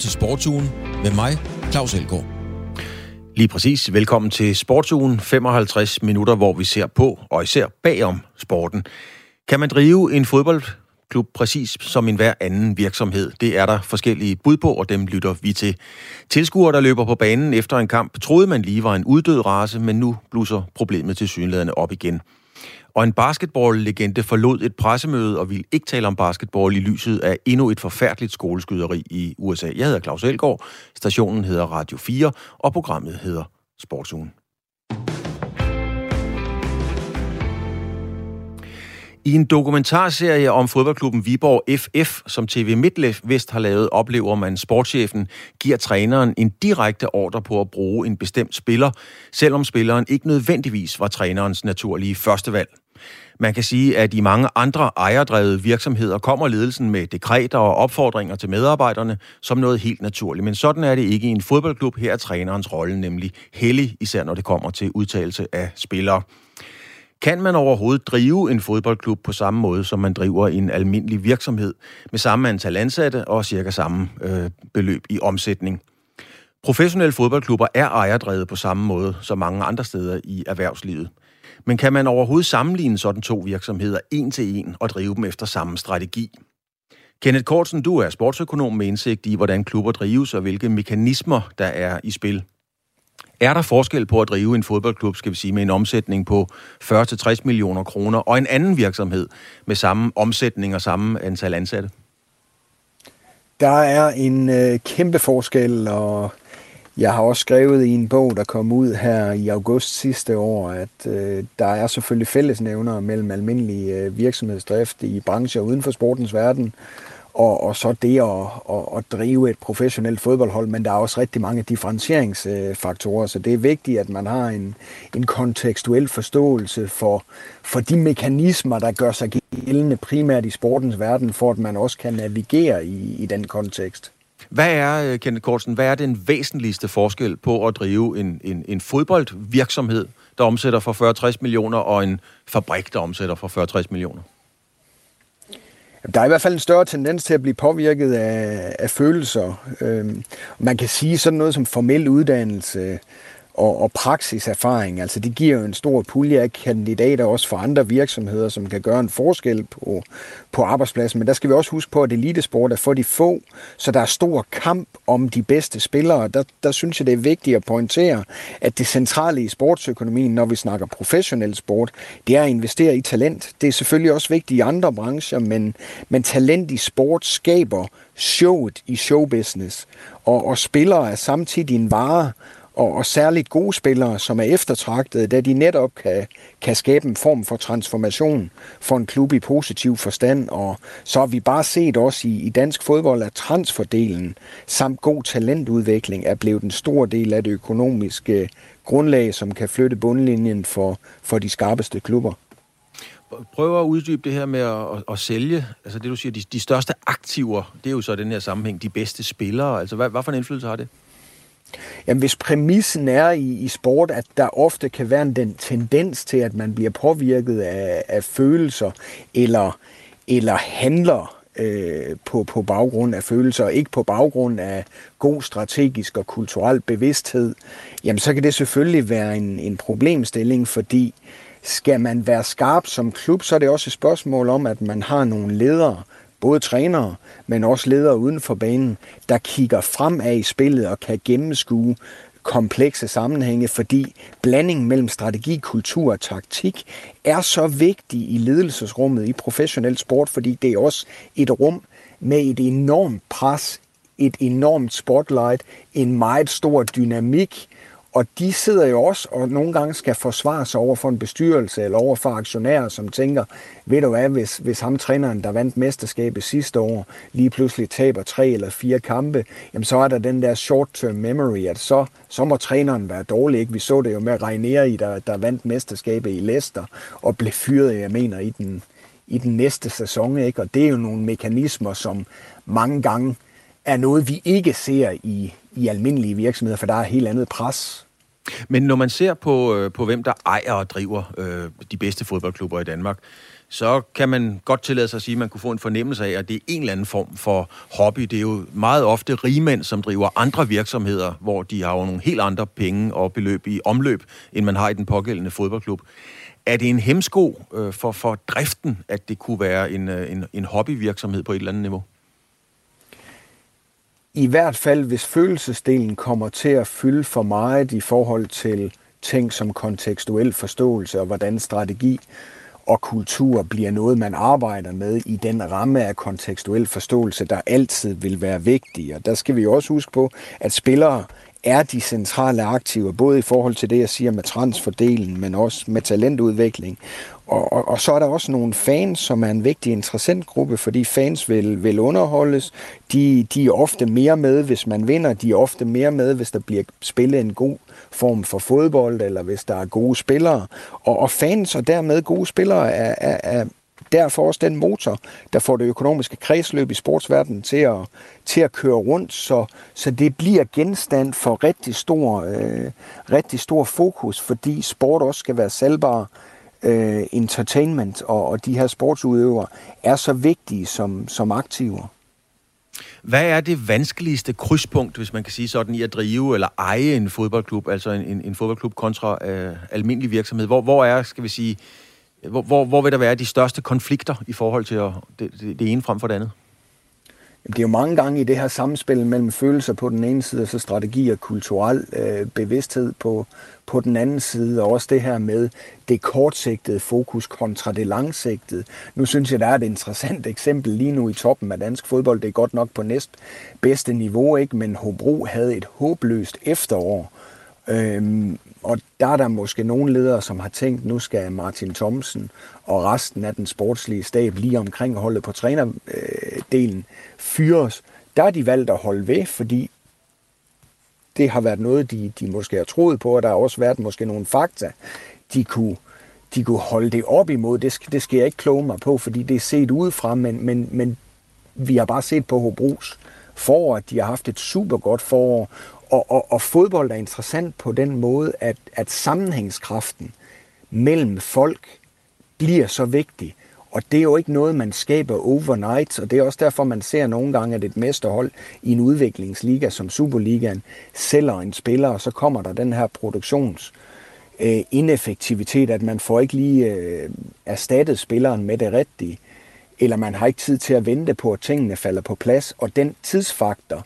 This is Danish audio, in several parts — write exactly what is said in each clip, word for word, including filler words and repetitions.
til Sportsugen med mig, Claus Elgaard. Lige præcis. Velkommen til Sportsugen. femoghalvtreds minutter, hvor vi ser på, og især bagom sporten. Kan man drive en fodboldklub præcis som en hver anden virksomhed? Det er der forskellige bud på, og dem lytter vi til. Tilskuere, der løber på banen efter en kamp, troede man lige var en uddød race, men nu blusser problemet tilsyneladende op igen. Og en basketball-legende forlod et pressemøde og ville ikke tale om basketball i lyset af endnu et forfærdeligt skoleskyderi i U S A. Jeg hedder Claus Elgaard, stationen hedder Radio fire, og programmet hedder Sportsugen. I en dokumentarserie om fodboldklubben Viborg F F, som T V MidtVest har lavet, oplever man, sportschefen giver træneren en direkte ordre på at bruge en bestemt spiller, selvom spilleren ikke nødvendigvis var trænerens naturlige førstevalg. Man kan sige, at i mange andre ejerdrevede virksomheder kommer ledelsen med dekreter og opfordringer til medarbejderne som noget helt naturligt. Men sådan er det ikke i en fodboldklub. Her er trænerens rolle nemlig hellig, især når det kommer til udtalelse af spillere. Kan man overhovedet drive en fodboldklub på samme måde, som man driver en almindelig virksomhed, med samme antal ansatte og cirka samme øh, beløb i omsætning? Professionelle fodboldklubber er ejerdrevet på samme måde som mange andre steder i erhvervslivet. Men kan man overhovedet sammenligne sådan to virksomheder en til en og drive dem efter samme strategi? Kenneth Kortsen, du er sportsøkonom med indsigt i, hvordan klubber drives og hvilke mekanismer der er i spil. Er der forskel på at drive en fodboldklub, skal vi sige, med en omsætning på fyrre til tres millioner kroner, og en anden virksomhed med samme omsætning og samme antal ansatte? Der er en øh, kæmpe forskel, og jeg har også skrevet i en bog, der kom ud her i august sidste år, at øh, der er selvfølgelig fællesnævner mellem almindelig øh, virksomhedsdrift i brancher uden for sportens verden, og, og så det at, at, at drive et professionelt fodboldhold, men der er også rigtig mange differentieringsfaktorer, så det er vigtigt, at man har en, en kontekstuel forståelse for, for de mekanismer, der gør sig gældende primært i sportens verden, for at man også kan navigere i, i den kontekst. Hvad er, Kenneth Kortsen, hvad er den væsentligste forskel på at drive en, en, en fodboldvirksomhed, der omsætter for fyrre til tres millioner, og en fabrik, der omsætter for fyrre til tres millioner? Der er i hvert fald en større tendens til at blive påvirket af, af følelser. Øhm, man kan sige sådan noget som formel uddannelse og, og praksiserfaring. Altså det giver jo en stor pulje af kandidater også for andre virksomheder, som kan gøre en forskel på, på arbejdspladsen. Men der skal vi også huske på, at elitesport er for de få, så der er stor kamp om de bedste spillere. Der, der synes jeg, det er vigtigt at pointere, at det centrale i sportsøkonomien, når vi snakker professionel sport, det er at investere i talent. Det er selvfølgelig også vigtigt i andre brancher, men, men talent i sport skaber showet i showbusiness. Og, og spillere er samtidig en vare, Og, og særligt gode spillere, som er eftertragtede, da de netop kan, kan skabe en form for transformation for en klub i positiv forstand. Og så har vi bare set også i, i dansk fodbold, at transferdelen samt god talentudvikling er blevet en stor del af det økonomiske grundlag, som kan flytte bundlinjen for, for de skarpeste klubber. Prøv at uddybe det her med at, at, at sælge. Altså det, du siger, de, de største aktiver, det er jo så den her sammenhæng, de bedste spillere. Altså hvad, hvad for en indflydelse har det? Jamen, hvis præmissen er i, i sport, at der ofte kan være en den tendens til, at man bliver påvirket af, af følelser eller, eller handler øh, på, på baggrund af følelser, og ikke på baggrund af god strategisk og kulturel bevidsthed, jamen så kan det selvfølgelig være en, en problemstilling, fordi skal man være skarp som klub, så er det også et spørgsmål om, at man har nogle ledere, både trænere, men også ledere uden for banen, der kigger fremad i spillet og kan gennemskue komplekse sammenhænge, fordi blandingen mellem strategi, kultur og taktik er så vigtig i ledelsesrummet i professionel sport, fordi det er også et rum med et enormt pres, et enormt spotlight, en meget stor dynamik, og de sidder jo også og nogle gange skal forsvare sig over for en bestyrelse eller over for aktionærer, som tænker, ved du hvad, hvis, hvis ham træneren, der vandt mesterskabet sidste år, lige pludselig taber tre eller fire kampe, jamen så er der den der short-term memory, at så, så må træneren være dårlig. Ikke? Vi så det jo med Ranieri, der, der vandt mesterskabet i Leicester og blev fyret, jeg mener, i den, i den næste sæson. Ikke? Og det er jo nogle mekanismer, som mange gange er noget, vi ikke ser i, i almindelige virksomheder, for der er et helt andet pres. Men når man ser på, øh, på hvem der ejer og driver øh, de bedste fodboldklubber i Danmark, så kan man godt tillade sig at sige, at man kunne få en fornemmelse af, at det er en eller anden form for hobby. Det er jo meget ofte rigmænd, som driver andre virksomheder, hvor de har jo nogle helt andre penge og beløb i omløb, end man har i den pågældende fodboldklub. Er det en hemsko øh, for, for driften, at det kunne være en, en, en hobbyvirksomhed på et eller andet niveau? I hvert fald, hvis følelsesdelen kommer til at fylde for meget i forhold til ting som kontekstuel forståelse og hvordan strategi og kultur bliver noget, man arbejder med i den ramme af kontekstuel forståelse, der altid vil være vigtig. Og der skal vi også huske på, at spillere er de centrale aktiver, både i forhold til det, jeg siger med transferdelen, men også med talentudvikling. Og, og, og så er der også nogle fans, som er en vigtig interessentgruppe, fordi fans vil, vil underholdes. De, de er ofte mere med, hvis man vinder. De er ofte mere med, hvis der bliver spillet en god form for fodbold, eller hvis der er gode spillere. Og, og fans, og dermed gode spillere, er, er, er derfor også den motor, der får det økonomiske kredsløb i sportsverdenen til at, til at køre rundt, så, så det bliver genstand for rigtig stor, øh, rigtig stor fokus, fordi sport også skal være salgbar. Uh, entertainment og, og de her sportsudøvere er så vigtige som, som aktiver. Hvad er det vanskeligste krydspunkt, hvis man kan sige sådan, i at drive eller eje en fodboldklub, altså en, en, en fodboldklub kontra uh, almindelig virksomhed? Hvor, hvor er, skal vi sige, hvor, hvor, hvor vil der være de største konflikter i forhold til at, det, det, det ene frem for det andet? Det er jo mange gange i det her samspil mellem følelser på den ene side, og så strategi og kulturel øh, bevidsthed på, på den anden side, og også det her med det kortsigtede fokus kontra det langsigtede. Nu synes jeg, der er et interessant eksempel lige nu i toppen af dansk fodbold. Det er godt nok på næst bedste niveau, ikke? Men Hobro havde et håbløst efterår. Øhm, og der er der måske nogle ledere, som har tænkt, nu skal Martin Thomsen og resten af den sportslige stab lige omkring holdet på trænerdelen fyres. Der er de valgt at holde ved, fordi det har været noget, de, de måske har troet på, og der har også været måske nogle fakta, de kunne, de kunne holde det op imod. Det skal, det skal jeg ikke kloge mig på, fordi det er set udefra, men, men, men vi har bare set på Hobros forår, at de har haft et super godt forår. Og, og, og fodbold er interessant på den måde, at, at sammenhængskraften mellem folk bliver så vigtig. Og det er jo ikke noget, man skaber overnight, og det er også derfor, man ser nogle gange, at et mesterhold i en udviklingsliga som Superligaen sælger en spiller, og så kommer der den her produktions øh, ineffektivitet, at man får ikke lige øh, erstattet spilleren med det rigtige, eller man har ikke tid til at vente på, at tingene falder på plads, og den tidsfaktor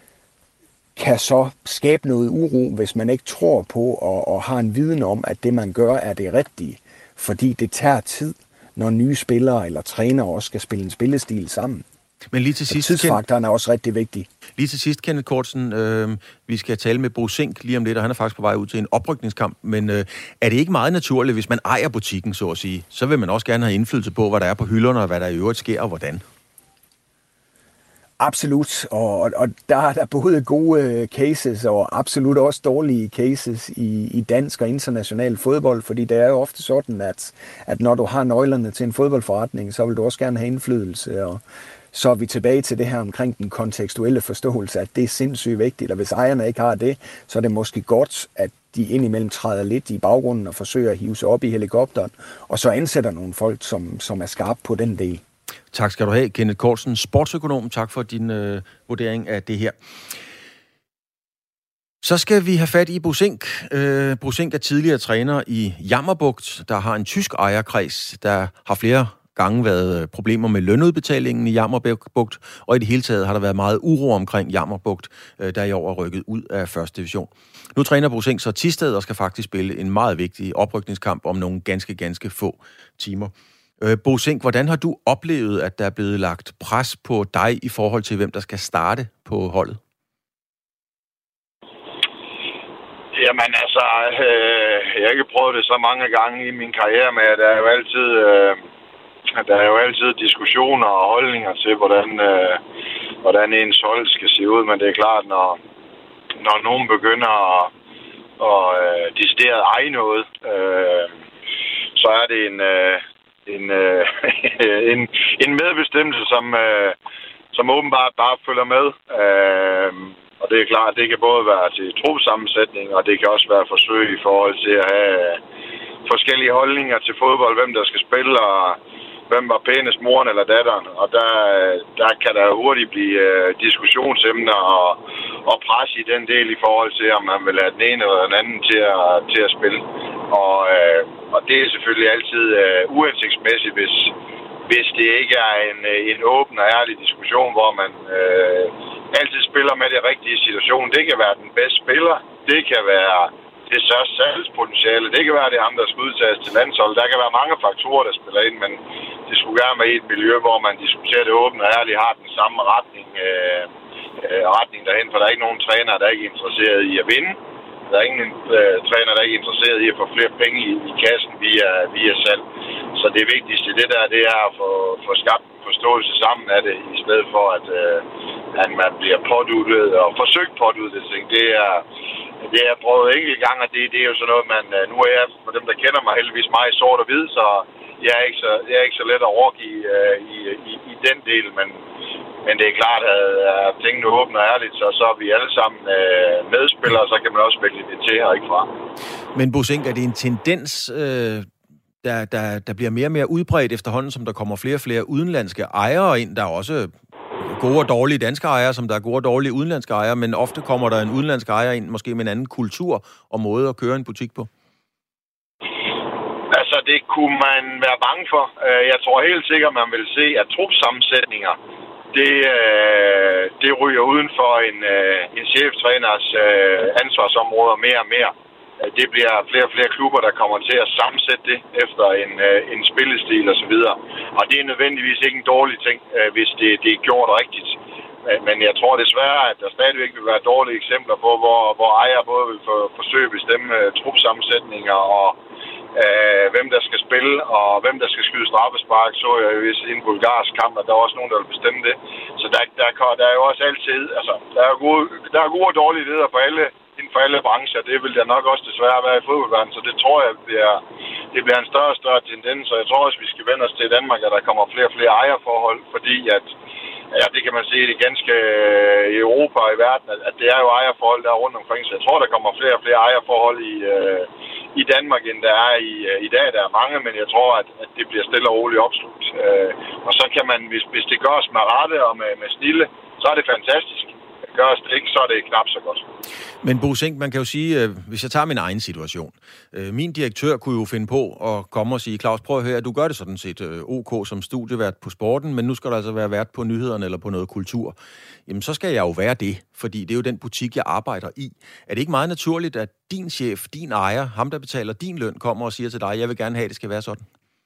kan så skabe noget uro, hvis man ikke tror på og, og har en viden om, at det, man gør, er det rigtige. Fordi det tager tid, når nye spillere eller trænere også skal spille en spillestil sammen. Men lige til sidst, tidsfaktoren er også rigtig vigtig. Lige til sidst, Kenneth Kortsen, øh, vi skal tale med Bo Zink lige om lidt, og han er faktisk på vej ud til en oprykningskamp. Men øh, er det ikke meget naturligt, hvis man ejer butikken, så at sige, så vil man også gerne have indflydelse på, hvad der er på hylderne, og hvad der i øvrigt sker, og hvordan? Absolut, og, og der er der både gode cases og absolut også dårlige cases i, i dansk og international fodbold, fordi det er jo ofte sådan, at, at når du har nøglerne til en fodboldforretning, så vil du også gerne have indflydelse, og så er vi tilbage til det her omkring den kontekstuelle forståelse, at det er sindssygt vigtigt, og hvis ejerne ikke har det, så er det måske godt, at de indimellem træder lidt i baggrunden og forsøger at hive sig op i helikopteren, og så ansætter nogle folk, som, som er skarpe på den del. Tak skal du have, Kenneth Kortsen, sportsøkonom. Tak for din øh, vurdering af det her. Så skal vi have fat i Bo Zink. Øh, Bo Zink er tidligere træner i Jammerbugt, der har en tysk ejerkreds, der har flere gange været problemer med lønudbetalingen i Jammerbugt, og i det hele taget har der været meget uro omkring Jammerbugt, øh, der i år er rykket ud af første division. Nu træner Bo Zink så Thisted og skal faktisk spille en meget vigtig oprykningskamp om nogle ganske, ganske få timer. Bo Zink, hvordan har du oplevet, at der er blevet lagt pres på dig i forhold til, hvem der skal starte på holdet? Jamen altså, øh, jeg har ikke prøvet det så mange gange i min karriere, men der er jo altid, øh, der er jo altid diskussioner og holdninger til, hvordan, øh, hvordan ens hold skal se ud. Men det er klart, når, når nogen begynder at, at øh, decideret eje noget, øh, så er det en... Øh, En, øh, en, en medbestemmelse, som, øh, som åbenbart bare følger med. Øh, Og det er klart, det kan både være til trupsammensætning, og det kan også være forsøg i forhold til at have forskellige holdninger til fodbold, hvem der skal spille, og hvem var pænest, moren eller datteren. Og der, der kan der hurtigt blive uh, diskussionsemner og, og pres i den del i forhold til, om man vil have den ene eller den anden til at, til at spille. Og, uh, og det er selvfølgelig altid uh, uhensigtsmæssigt, hvis, hvis det ikke er en, en åben og ærlig diskussion, hvor man uh, altid spiller med det rigtige situation. Det kan være den bedste spiller. Det kan være det største salgspotentiale. Det kan være, det er ham, der skal udtages til landshold. Der kan være mange faktorer, der spiller ind, men det skulle gerne være i et miljø, hvor man diskuterer det åbent og ærligt, har den samme retning, øh, øh, retning derhen, for der er ikke nogen træner, der er ikke interesseret i at vinde. Der er ingen øh, træner, der er ikke interesseret i at få flere penge i, i kassen via, via salg. Så det vigtigste det der, det er at få, få skabt forståelse sammen af det, i stedet for, at, øh, at man bliver påduttet og forsøgt påduttet. Det er Det har jeg prøvet enkelt gang, og det, det er jo sådan noget, man... Nu er jeg, for dem, der kender mig, heldigvis meget sort og hvid, så jeg er ikke så, jeg er ikke så let at overgive uh, i, i, i den del, men, men det er klart, at uh, tingene er åbne og ærligt, så, så er vi alle sammen uh, medspillere, så kan man også vælge det til og ikke fra. Men Bo Zink, er det en tendens, øh, der, der, der bliver mere og mere udbredt efterhånden, som der kommer flere og flere udenlandske ejere ind, der er også gode og dårlige danske ejere, som der er gode og dårlige udenlandske ejere, men ofte kommer der en udenlandsk ejer ind, måske med en anden kultur og måde at køre en butik på? Altså, det kunne man være bange for. Jeg tror helt sikkert, man vil se, at trupsammensætninger, det, det ryger uden for en, en cheftræners ansvarsområder mere og mere. Det bliver flere og flere klubber, der kommer til at sammensætte det efter en, en spillestil og så videre. Og det er nødvendigvis ikke en dårlig ting, hvis det, det er gjort rigtigt. Men jeg tror desværre, at der stadigvæk vil være dårlige eksempler på, hvor, hvor ejere både vil for, forsøge at bestemme uh, trupsammensætninger og uh, hvem der skal spille og hvem der skal skyde straffespark. Så jeg jo i en bulgarsk kamp, at der er også nogen, der vil bestemme det. Så der, der, der er jo også altid, altså der er gode, der er gode og dårlige ledere for alle, inden for alle brancher. Det vil der nok også desværre være i fodboldverdenen, så det tror jeg, bliver, det bliver en større og større tendens. Og jeg tror også, vi skal vende os til Danmark, at der kommer flere og flere ejerforhold, fordi at ja, det kan man se det ganske i Europa og i verden, at det er jo ejerforhold, der er rundt omkring. Så jeg tror, der kommer flere og flere ejerforhold i, øh, i Danmark, end der er i, øh, i dag. Der er mange, men jeg tror, at, at det bliver stille og roligt opslugt. Øh, og så kan man, hvis, hvis det gøres med rette og med, med snille, så er det fantastisk. Gøres det ikke, så er det knap så godt. Men Bo Zink, man kan jo sige, øh, hvis jeg tager min egen situation. Øh, min direktør kunne jo finde på at komme og sige, Claus, prøv at høre, du gør det sådan set øh, ok som studievært på sporten, men nu skal der altså være vært på nyhederne eller på noget kultur. Jamen, så skal jeg jo være det, fordi det er jo den butik, jeg arbejder i. Er det ikke meget naturligt, at din chef, din ejer, ham der betaler din løn, kommer og siger til dig, jeg vil gerne have, at det skal være sådan?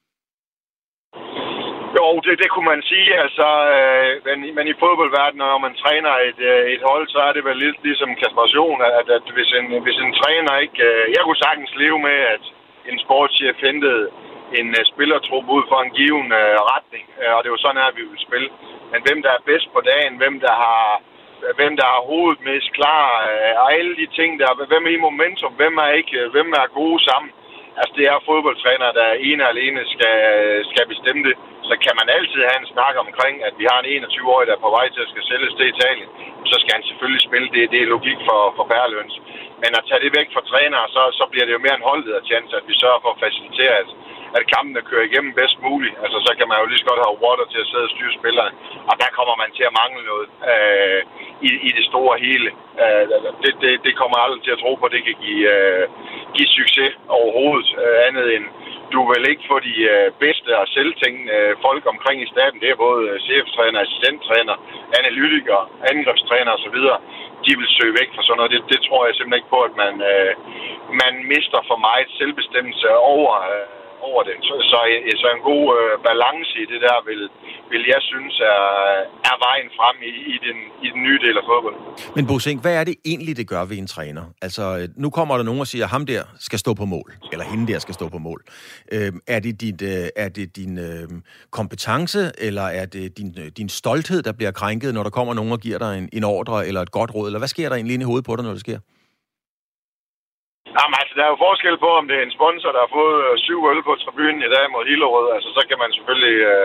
Jo, det, det kunne man sige. Altså, øh, men, men i fodboldverdenen, når man træner et, et hold, så er det vel lidt ligesom kastration, at, at hvis, en, hvis en træner ikke... Øh, jeg kunne sagtens leve med, at en sportschef hentede en uh, spillertrup ud for en given uh, retning, uh, og det var sådan, at vi ville spille. Men hvem der er bedst på dagen, hvem der har, hvem der har hovedet mest klar, uh, og alle de ting der, hvem er i momentum, hvem er ikke, uh, hvem er gode sammen. Altså, det er fodboldtræner, der ene og alene skal, skal bestemme det. Så kan man altid have en snak omkring, at vi har en enogtyve-årig, der er på vej til at skal sælges til Italien. Så skal han selvfølgelig spille det. Det er logik for, for bæreløns. Men at tage det væk fra trænere, så, så bliver det jo mere en holdledertjans, at vi sørger for at facilitere, at, at kampene kører igennem bedst muligt. Altså, så kan man jo lige så godt have Water til at sidde og styre spillerne. Og der kommer man til at mangle noget øh, i, i det store hele. Øh, det, det, det kommer aldrig til at tro på, at det kan give, øh, give succes overhovedet øh, andet end du vil ikke få de øh, bedste og selvtænkende øh, folk omkring i staten. Det er både øh, cheftræner, assistenttræner, analytikere, angrebstræner osv. De vil søge væk fra sådan noget. Det, det tror jeg simpelthen ikke på, at man, øh, man mister for meget selvbestemmelse over, øh, over det. Så, så, så en god øh, balance i det der vil, vil jeg synes er, er vejen frem i, i, den, i den nye del af fodbold. Men Bo Zink, hvad er det egentlig, det gør ved en træner? Altså, nu kommer der nogen og siger, at ham der skal stå på mål, eller hende der skal stå på mål. Øh, er det, dit, øh, er det din øh, kompetence, eller er det din, øh, din stolthed, der bliver krænket, når der kommer nogen og giver dig en, en ordre eller et godt råd? Eller hvad sker der egentlig inde i hovedet på dig, når det sker? Jamen, altså, der er jo forskel på, om det er en sponsor, der har fået syv øl på tribunen i dag mod Hillerød. Altså, så kan man selvfølgelig øh,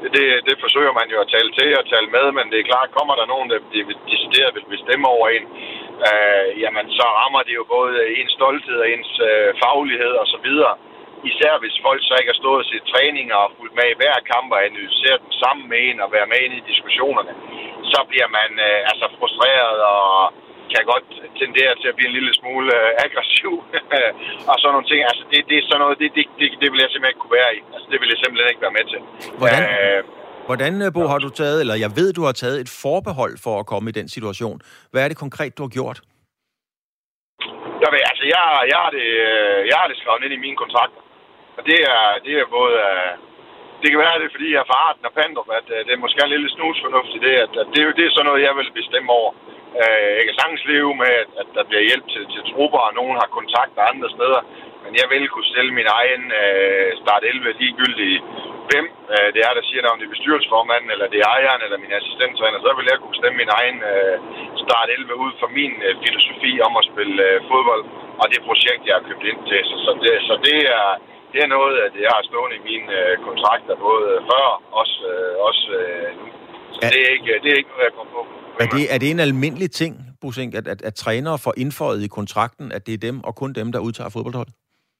det, det forsøger man jo at tale til og tale med, men det er klart, kommer der nogen, der decideret vil bestemme over en, øh, jamen så rammer det jo både ens stolthed og ens øh, faglighed og så videre. Især hvis folk så ikke har stået til træninger og fulgt med i hver kamp og analyseret dem sammen med en og være med ind i diskussionerne, så bliver man øh, altså frustreret og kan godt tendere til at blive en lille smule øh, aggressiv og sådan nogle ting. Altså det, det er sådan noget, det, det, det, det vil jeg simpelthen ikke kunne være i. Altså det vil jeg simpelthen ikke være med til. Hvordan, øh, hvordan Bo, har du taget, eller jeg ved, du har taget et forbehold for at komme i den situation. Hvad er det konkret, du har gjort? Jeg ved, altså jeg, jeg, har det, jeg har det skrevet ind i mine kontrakter. Og det er, det er både... Det kan være, det er fordi, jeg er fra Arden og Pandrup, at det er måske en lille snusfornuft i det, at, at det, det er sådan noget, jeg vil bestemme over. Jeg kan sagtens leve med, at der bliver hjælp til, til trupper, og nogen har kontakter andre steder. Men jeg vil kunne stille min egen uh, start elleve ligegyldigt, hvem uh, det er, der siger, om det er bestyrelsesformanden, eller det er ejeren, eller min assistenttræner. Så vil jeg kunne stemme min egen uh, start elleve ud fra min uh, filosofi om at spille uh, fodbold, og det projekt, jeg har købt ind til. Så, så, det, så det er... Det er noget, at jeg har stående i mine øh, kontrakter, både før og også, øh, også øh, nu. Så er, det, er ikke, det er ikke noget, jeg kommer på. Er det, er det en almindelig ting, Bosink, at, at, at trænere får indføjet i kontrakten, at det er dem og kun dem, der udtager fodboldholdet?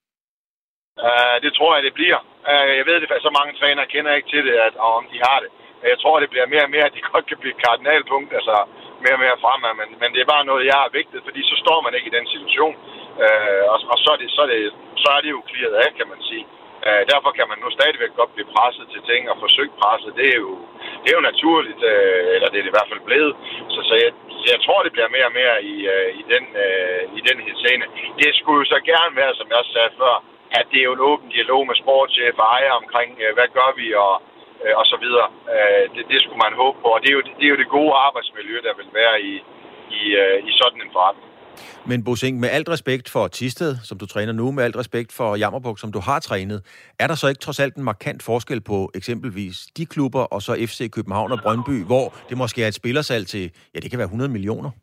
Uh, det tror jeg, det bliver. Uh, jeg ved det, at så mange trænere kender ikke til det, at, og om de har det. Jeg tror, det bliver mere og mere, at de godt kan blive et kardinalpunkt, altså mere og mere fremad. Men, men det er bare noget, jeg har vægtet, fordi så står man ikke i den situation. Uh, og og så, er det, så, er det, så er det jo clearet af, kan man sige. Uh, derfor kan man nu stadigvæk godt blive presset til ting og forsøgt presset. Det er jo, det er jo naturligt, uh, eller det er det i hvert fald blevet. Så, så jeg, jeg tror, det bliver mere og mere i, uh, i den, uh, i den scene. Det skulle jo så gerne være, som jeg også sagde før, at det er jo en åben dialog med sportschef og ejer omkring, uh, hvad gør vi og, uh, og så videre. Uh, det, det skulle man håbe på. Og det er jo det, er jo det gode arbejdsmiljø, der vil være i, i, uh, i sådan en forretning. Men Bosink, med alt respekt for Thisted, som du træner nu, med alt respekt for Jammerbugt, som du har trænet, er der så ikke trods alt en markant forskel på eksempelvis de klubber og så F C København og Brøndby, hvor det måske er et spillersalg til, ja, det kan være hundrede millioner?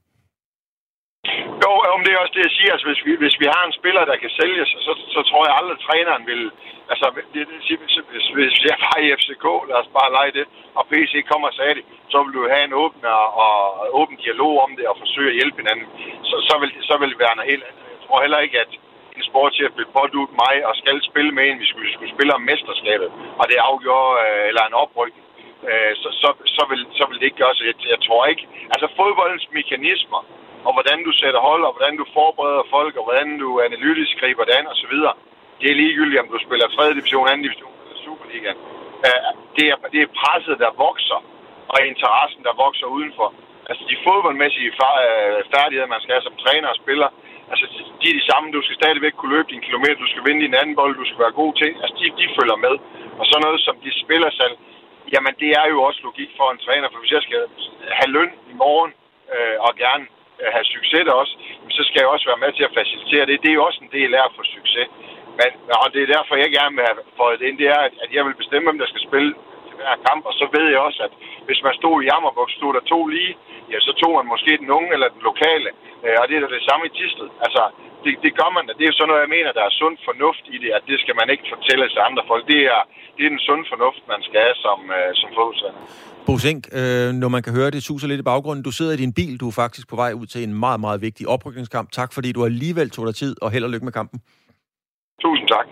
Jo, om det er også det, jeg siger. Altså, hvis vi, hvis vi har en spiller, der kan sælges, så, så tror jeg aldrig, at træneren vil... Altså, det, det, hvis, hvis, hvis jeg var i F C K, lad os bare lege det, og P C kommer og sagde det, så vil du have en åben, og, og åben dialog om det, og forsøge at hjælpe hinanden. Så, så, vil, så vil det være noget helt andet. Jeg tror heller ikke, at en sportschef vil pådutte mig og skal spille med en, hvis vi skulle spille om mesterskabet, og det afgjorde, eller en oprykning. Så, så, så, vil, så vil det ikke gøre sig. Jeg, jeg tror ikke... Altså, fodboldens mekanismer, og hvordan du sætter hold, og hvordan du forbereder folk, og hvordan du analytisk griber det an, og så videre. Det er ligegyldigt, om du spiller tredje division, anden division eller Superligaen. Det er, det er presset, der vokser, og interessen, der vokser udenfor. Altså, de fodboldmæssige færdigheder, man skal have som træner og spiller, altså, de er de samme. Du skal stadigvæk kunne løbe din kilometer, du skal vinde din anden bold, du skal være god til. Altså, de, de følger med. Og så noget som de spiller selv, jamen, det er jo også logik for en træner, for hvis jeg skal have løn i morgen, øh, og gerne have succes der også, så skal jeg også være med til at facilitere det. Det er jo også en del af at få succes. Men, og det er derfor, jeg gerne vil have fået det ind, det er, at jeg vil bestemme, hvem der skal spille til hver kamp, og så ved jeg også, at hvis man stod i Jammerbugt, stod der to lige, ja, så tog man måske den unge eller den lokale, og det er da det samme i Thisted. Altså, det, det gør man da. Det er jo sådan noget, jeg mener, der er sund fornuft i det, at det skal man ikke fortælle til andre folk. Det er, det er den sunde fornuft, man skal have som, som fodboldtræner. Bosink, øh, når man kan høre det suser lidt i baggrunden. Du sidder i din bil, du er faktisk på vej ud til en meget, meget vigtig oprykningskamp. Tak, fordi du alligevel tog dig tid, og held og lykke med kampen. Tusind tak.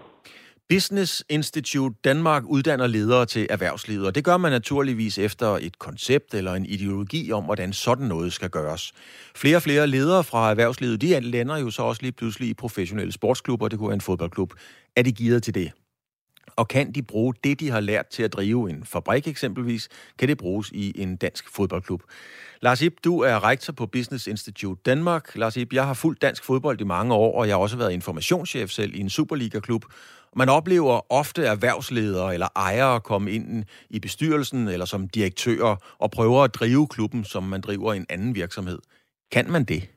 Business Institute Danmark uddanner ledere til erhvervslivet, og det gør man naturligvis efter et koncept eller en ideologi om, hvordan sådan noget skal gøres. Flere og flere ledere fra erhvervslivet, de lander jo så også lige pludselig i professionelle sportsklubber, det kunne være en fodboldklub. Er de gearet til det? Og kan de bruge det, de har lært til at drive en fabrik eksempelvis, kan det bruges i en dansk fodboldklub? Lars Ib, du er rektor på Business Institute Danmark. Lars Ib, jeg har fulgt dansk fodbold i mange år, og jeg har også været informationschef selv i en Superliga-klub. Man oplever ofte erhvervsledere eller ejere komme ind i bestyrelsen eller som direktører og prøver at drive klubben, som man driver i en anden virksomhed. Kan man det?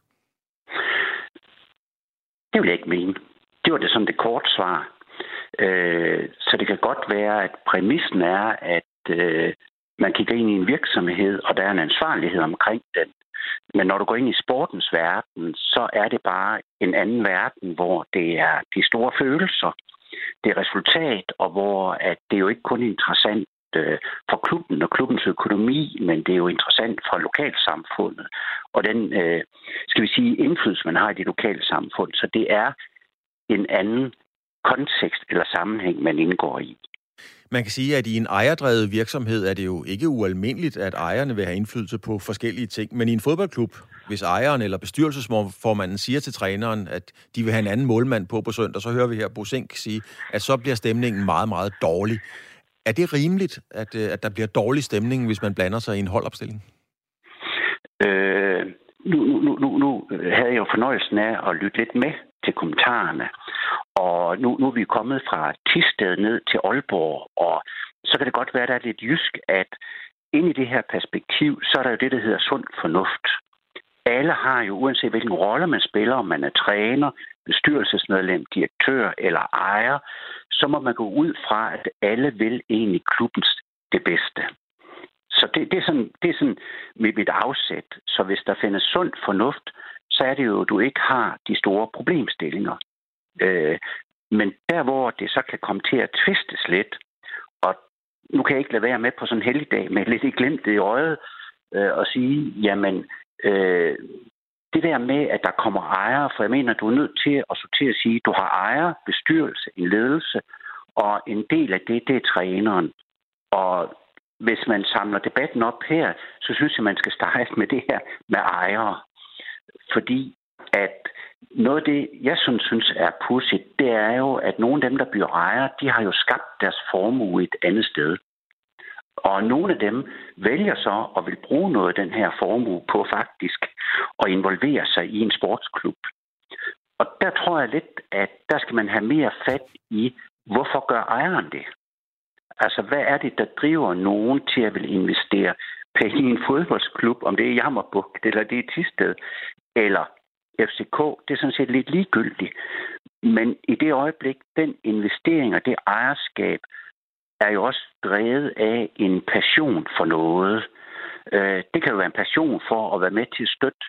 Det vil jeg ikke mene. Det var det sådan det korte svar. Øh, så det kan godt være, at præmissen er, at øh, man kigger ind i en virksomhed, og der er en ansvarlighed omkring den. Men når du går ind i sportens verden, så er det bare en anden verden, hvor det er de store følelser, det er resultat, og hvor at det er jo ikke kun interessant øh, for klubben og klubbens økonomi, men det er jo interessant for lokalsamfundet og den, øh, skal vi sige, indflydelse, man har i det lokale samfund. Så det er en anden kontekst eller sammenhæng, man indgår i. Man kan sige, at i en ejerdrevet virksomhed er det jo ikke ualmindeligt, at ejerne vil have indflydelse på forskellige ting. Men i en fodboldklub, hvis ejeren eller bestyrelsesformanden siger til træneren, at de vil have en anden målmand på på søndag, så hører vi her Bo Zink sige, at så bliver stemningen meget, meget dårlig. Er det rimeligt, at, at der bliver dårlig stemning, hvis man blander sig i en holdopstilling? Øh, nu, nu, nu, nu havde jeg jo fornøjelsen af at lytte lidt med til kommentarerne. Og nu, nu er vi kommet fra Thisted ned til Aalborg, og så kan det godt være, at der er lidt jysk, at ind i det her perspektiv, så er der jo det, der hedder sund fornuft. Alle har jo, uanset hvilken rolle man spiller, om man er træner, bestyrelsesmedlem, direktør eller ejer, så må man gå ud fra, at alle vil egentlig klubbens det bedste. Så det, det, er sådan, det er sådan med mit afsæt. Så hvis der findes sund fornuft, så er det jo, at du ikke har de store problemstillinger. Øh, men der, hvor det så kan komme til at tvistes lidt, og nu kan jeg ikke lade være med på sådan en helligdag med lidt i glemte i øjet, øh, og sige, jamen, øh, det der med, at der kommer ejere, for jeg mener, du er nødt til at sortere og sige, at du har ejer, bestyrelse, en ledelse, og en del af det, det er træneren. Og hvis man samler debatten op her, så synes jeg, man skal starte med det her med ejere. Fordi at noget af det, jeg synes, synes er pudsigt, det er jo, at nogle af dem, der bliver ejere, de har jo skabt deres formue et andet sted. Og nogle af dem vælger så at vil bruge noget af den her formue på faktisk at involvere sig i en sportsklub. Og der tror jeg lidt, at der skal man have mere fat i, hvorfor gør ejeren det? Altså, hvad er det, der driver nogen til at vil investere penge i en fodboldsklub, om det er Jammerbugt, eller det er Thisted, eller F C K, det er sådan set lidt ligegyldigt. Men i det øjeblik, den investering og det ejerskab er jo også drevet af en passion for noget. Det kan jo være en passion for at være med til at støtte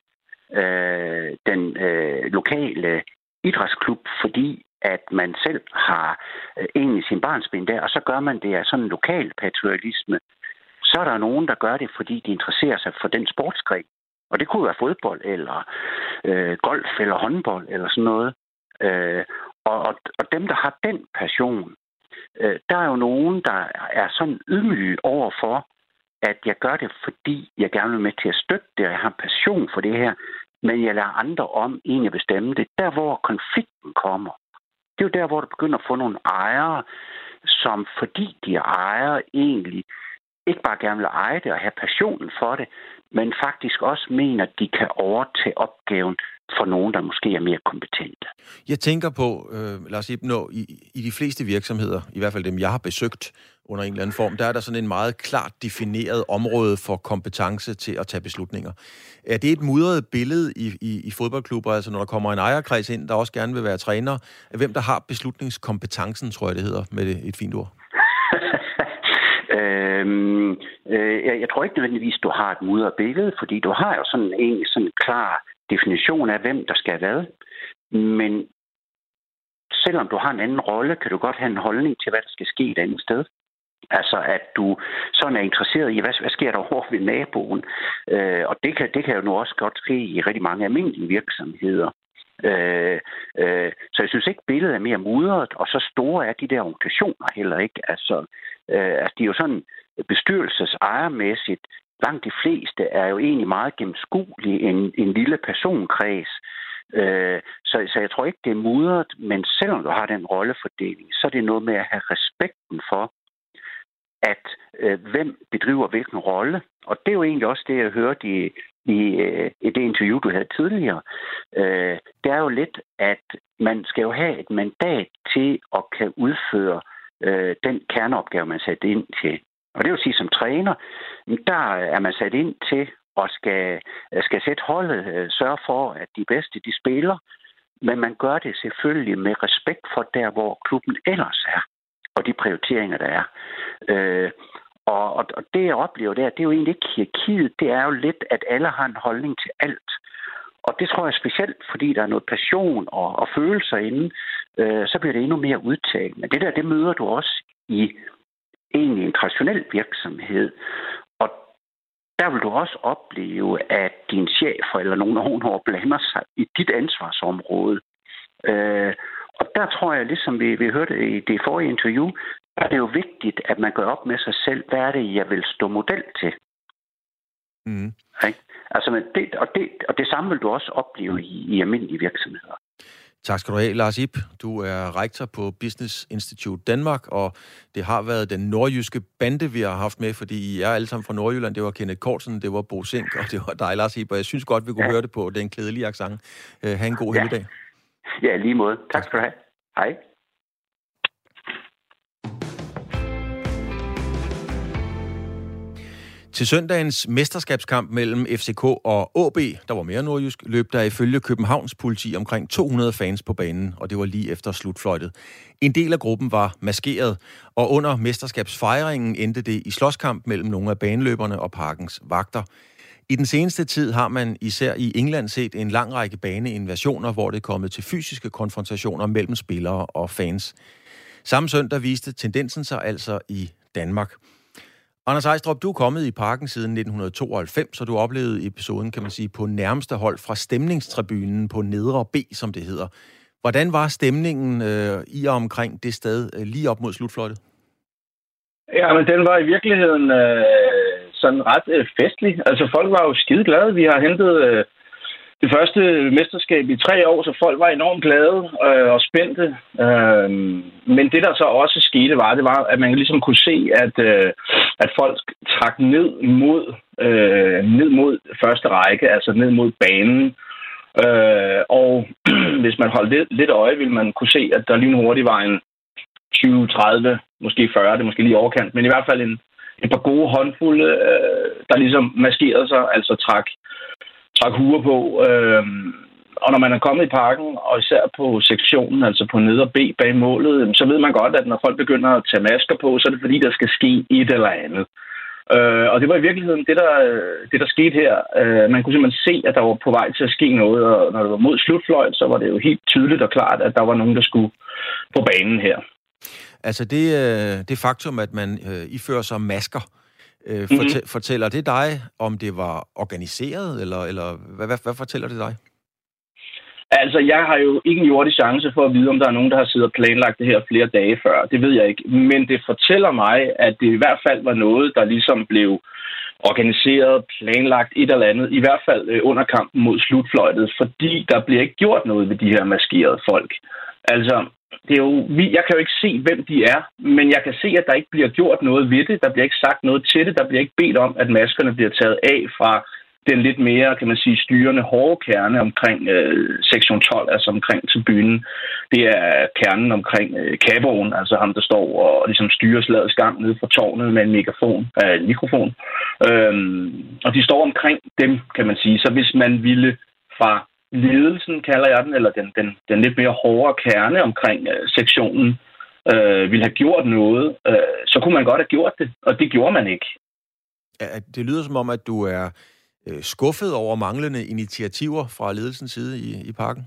den lokale idrætsklub, fordi at man selv har en i sin barnsben der, og så gør man det af sådan en lokal patriotisme. Så er der nogen, der gør det, fordi de interesserer sig for den sportsgren. Og det kunne være fodbold, eller øh, golf, eller håndbold, eller sådan noget. Øh, og, og, og dem, der har den passion, øh, der er jo nogen, der er sådan ydmyge over for, at jeg gør det, fordi jeg gerne vil med til at støtte det, og jeg har passion for det her, men jeg lader andre om egentlig at bestemme det. Der, hvor konflikten kommer, det er jo der, hvor du begynder at få nogle ejere, som fordi de er ejere egentlig ikke bare gerne vil eje det og have passionen for det, men faktisk også mener, at de kan overtage opgaven for nogen, der måske er mere kompetente. Jeg tænker på, øh, Lars Ibno, i, i de fleste virksomheder, i hvert fald dem, jeg har besøgt under en eller anden form, der er der sådan en meget klart defineret område for kompetence til at tage beslutninger. Er det et mudret billede i, i, i fodboldklubber, altså når der kommer en ejerkreds ind, der også gerne vil være træner, hvem der har beslutningskompetencen, tror jeg det hedder, med et fint ord? Øhm, øh, jeg, jeg tror ikke nødvendigvis, du har et mudret billede, fordi du har jo sådan en sådan klar definition af, hvem der skal hvad. Men selvom du har en anden rolle, kan du godt have en holdning til, hvad der skal ske et andet sted. Altså, at du sådan er interesseret i, hvad, hvad sker der over ved naboen. Øh, og det kan, det kan jo nu også godt ske i rigtig mange almindelige virksomheder. Øh, øh, så jeg synes ikke, billedet er mere mudret, og så store er de der organisationer heller ikke. Altså, øh, altså de er jo sådan bestyrelsesejermæssigt. Langt de fleste er jo egentlig meget gennemskuelige, en, en lille personkreds. Øh, så, så jeg tror ikke, det er mudret, men selvom du har den rollefordeling, så er det noget med at have respekten for, at øh, hvem bedriver hvilken rolle. Og det er jo egentlig også det, jeg hørte i, i, øh, i det interview, du havde tidligere. Øh, det er jo lidt, at man skal jo have et mandat til at kan udføre øh, den kerneopgave, man er sat ind til. Og det vil sige, som træner, der er man sat ind til at skal, skal sætte holdet, øh, sørge for, at de bedste, de spiller. Men man gør det selvfølgelig med respekt for der, hvor klubben ellers er, og de prioriteringer, der er. Øh, og, og, og det, jeg oplever der, det er jo egentlig ikke hierarkiet. Det er jo lidt, at alle har en holdning til alt. Og det tror jeg specielt, fordi der er noget passion og, og følelser inde, øh, så bliver det endnu mere udtalt. Men det der, det møder du også i egentlig en traditionel virksomhed. Og der vil du også opleve, at din chef eller nogen ovenover blander sig i dit ansvarsområde. Øh, og der tror jeg, ligesom vi, vi hørte i det forrige interview, er det jo vigtigt, at man gør op med sig selv, hvad er det, jeg vil stå model til. Mm. Okay? Altså, men det, og, det, og det samme vil du også opleve i, i almindelige virksomheder. Tak skal du have, Lars Ib. Du er rektor på Business Institute Danmark, og det har været den nordjyske bande, vi har haft med, fordi I er alle sammen fra Nordjylland. Det var Kenneth Kortsen, det var Bo Sink, og det var dig, Lars Ib. Og jeg synes godt, vi kunne ja. høre det på den kedelige accent. Uh, ha' en god ja. helligdag. Ja, lige måde. Tak skal du have. Hej. Til søndagens mesterskabskamp mellem F C K og A B, der var mere nordjysk, løb der ifølge Københavns politi omkring to hundrede fans på banen, og det var lige efter slutfløjtet. En del af gruppen var maskeret, og under mesterskabsfejringen endte det i slåskamp mellem nogle af baneløberne og parkens vagter. I den seneste tid har man især i England set en lang række baneinvasioner, hvor det er kommet til fysiske konfrontationer mellem spillere og fans. Samme søndag viste tendensen sig altså i Danmark. Anders Ejstrup, du er kommet i parken siden nitten tooghalvfems, så du oplevede episoden, kan man sige, på nærmeste hold fra stemningstribunen på Nedre B, som det hedder. Hvordan var stemningen øh, i og omkring det sted øh, lige op mod slutfløjtet? Ja, men den var i virkeligheden øh, sådan ret øh, festlig. Altså, folk var jo skide glade. Vi har hentet øh, det første mesterskab i tre år, så folk var enormt glade øh, og spændte. Øh, men det, der så også skete, var, det var, at man ligesom kunne se, at, øh, at folk trak ned mod, øh, ned mod første række, altså ned mod banen. Øh, og hvis man holdt lidt, lidt øje, ville man kunne se, at der lige hurtigt var en tyve, tredive, måske fyrre, det er måske lige overkant, men i hvert fald en, et par gode håndfulde, øh, der ligesom maskerede sig, altså trak trak huer på. Øh, og når man er kommet i parken, og især på sektionen, altså på neder B bag målet, så ved man godt, at når folk begynder at tage masker på, så er det fordi, der skal ske et eller andet. Øh, og det var i virkeligheden det, der, det, der skete her. Øh, man kunne simpelthen se, at der var på vej til at ske noget, og når det var mod slutfløjt, så var det jo helt tydeligt og klart, at der var nogen, der skulle på banen her. Altså det, det faktum, at man øh, ifører sig masker, Øh, fortæ- mm-hmm. Fortæller det dig, om det var organiseret, eller, eller hvad, hvad, hvad fortæller det dig? Altså, jeg har jo ikke en jordig chance for at vide, om der er nogen, der har siddet og planlagt det her flere dage før. Det ved jeg ikke. Men det fortæller mig, at det i hvert fald var noget, der ligesom blev organiseret, planlagt et eller andet, i hvert fald øh, under kampen mod slutfløjtet, fordi der bliver ikke gjort noget ved de her maskerede folk. Altså, det er jo, jeg kan jo ikke se, hvem de er, men jeg kan se, at der ikke bliver gjort noget ved det. Der bliver ikke sagt noget til det. Der bliver ikke bedt om, at maskerne bliver taget af fra den lidt mere, kan man sige, styrende hårde kerne omkring øh, sektion tolv, altså omkring tribunen. Det er kernen omkring øh, kaboen, altså ham, der står og ligesom styrer slagets gang nede fra tårnet med en megafon, øh, en mikrofon. Øhm, og de står omkring dem, kan man sige. Så hvis man ville fra ledelsen, kalder jeg den, eller den, den, den lidt mere hårde kerne omkring øh, sektionen, øh, ville have gjort noget, øh, så kunne man godt have gjort det, og det gjorde man ikke. Ja, det lyder som om, at du er øh, skuffet over manglende initiativer fra ledelsens side i, i parken?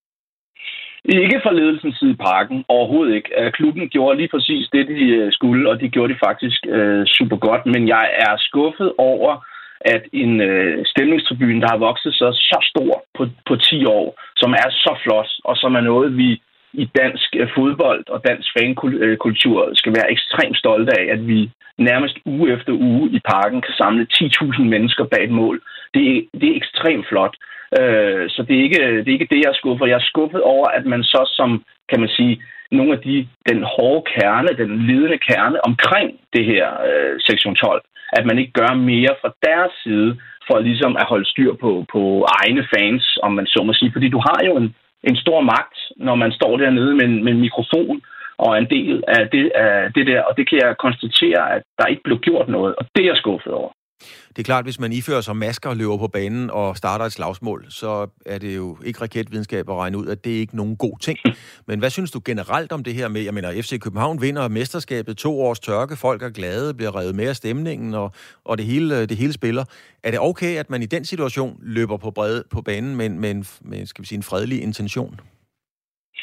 Ikke fra ledelsens side i parken, overhovedet ikke. Klubben gjorde lige præcis det, de skulle, og de gjorde det faktisk øh, super godt, men jeg er skuffet over, at en øh, stemningstribune, der har vokset så, så stor på, på ti år, som er så flot, og som er noget, vi i dansk øh, fodbold og dansk fankultur skal være ekstremt stolte af, at vi nærmest uge efter uge i parken kan samle ti tusind mennesker bag et mål. Det er, det er ekstremt flot. Øh, så det er, ikke, det er ikke det, jeg er skuffet. Jeg er skuffet over, at man så som, kan man sige, nogle af de, den hårde kerne, den ledende kerne omkring det her øh, sektion tolv, at man ikke gør mere fra deres side for ligesom at holde styr på, på egne fans, om man så må sige. Fordi du har jo en, en stor magt, når man står dernede med, med en mikrofon og en del af det, af det der. Og det kan jeg konstatere, at der ikke blev gjort noget, og det er jeg skuffet over. Det er klart, hvis man ifører sig masker og løber på banen og starter et slagsmål, så er det jo ikke raketvidenskab at regne ud, at det er ikke nogen god ting. Men hvad synes du generelt om det her med, jeg mener, F C København vinder mesterskabet, to års tørke, folk er glade, bliver revet med af stemningen, og, og det, hele, det hele spiller. Er det okay, at man i den situation løber på, brede, på banen med, med, en, med skal vi sige, en fredelig intention?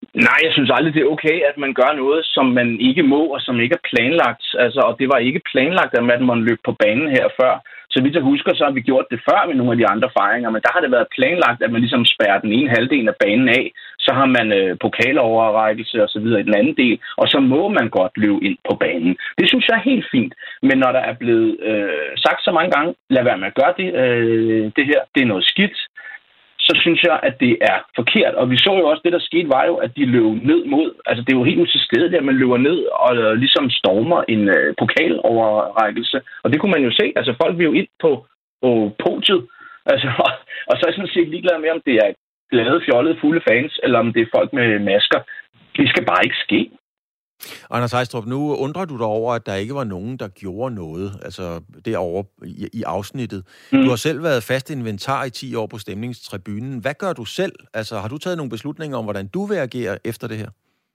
Nej, jeg synes aldrig, det er okay, at man gør noget, som man ikke må, og som ikke er planlagt. Altså, og det var ikke planlagt, at man måtte løbe på banen her før. Så vidt jeg husker, så har vi gjort det før med nogle af de andre fejringer, men der har det været planlagt, at man ligesom spærrer den ene halvdel af banen af. Så har man øh, pokaloverrækkelse og så videre i den anden del, og så må man godt løbe ind på banen. Det synes jeg er helt fint. Men når der er blevet øh, sagt så mange gange, lad være med at gøre det, øh, det her, det er noget skidt, så synes jeg, at det er forkert. Og vi så jo også, det der skete, var jo, at de løb ned mod, altså det er jo helt utilstedeligt, at man løber ned og øh, ligesom stormer en øh, pokaloverrækkelse. Og det kunne man jo se, altså folk vil jo ind på, på podiet, altså, og, og så er jeg sådan set ligeglad med, om det er glade, fjollede, fulde fans, eller om det er folk med masker. Det skal bare ikke ske. Anders Ejstrup, nu undrer du dig over, at der ikke var nogen, der gjorde noget, altså derovre i, i afsnittet. Mm. Du har selv været fast inventar i ti år på stemningstribunen. Hvad gør du selv? Altså, har du taget nogle beslutninger om, hvordan du vil agere efter det her?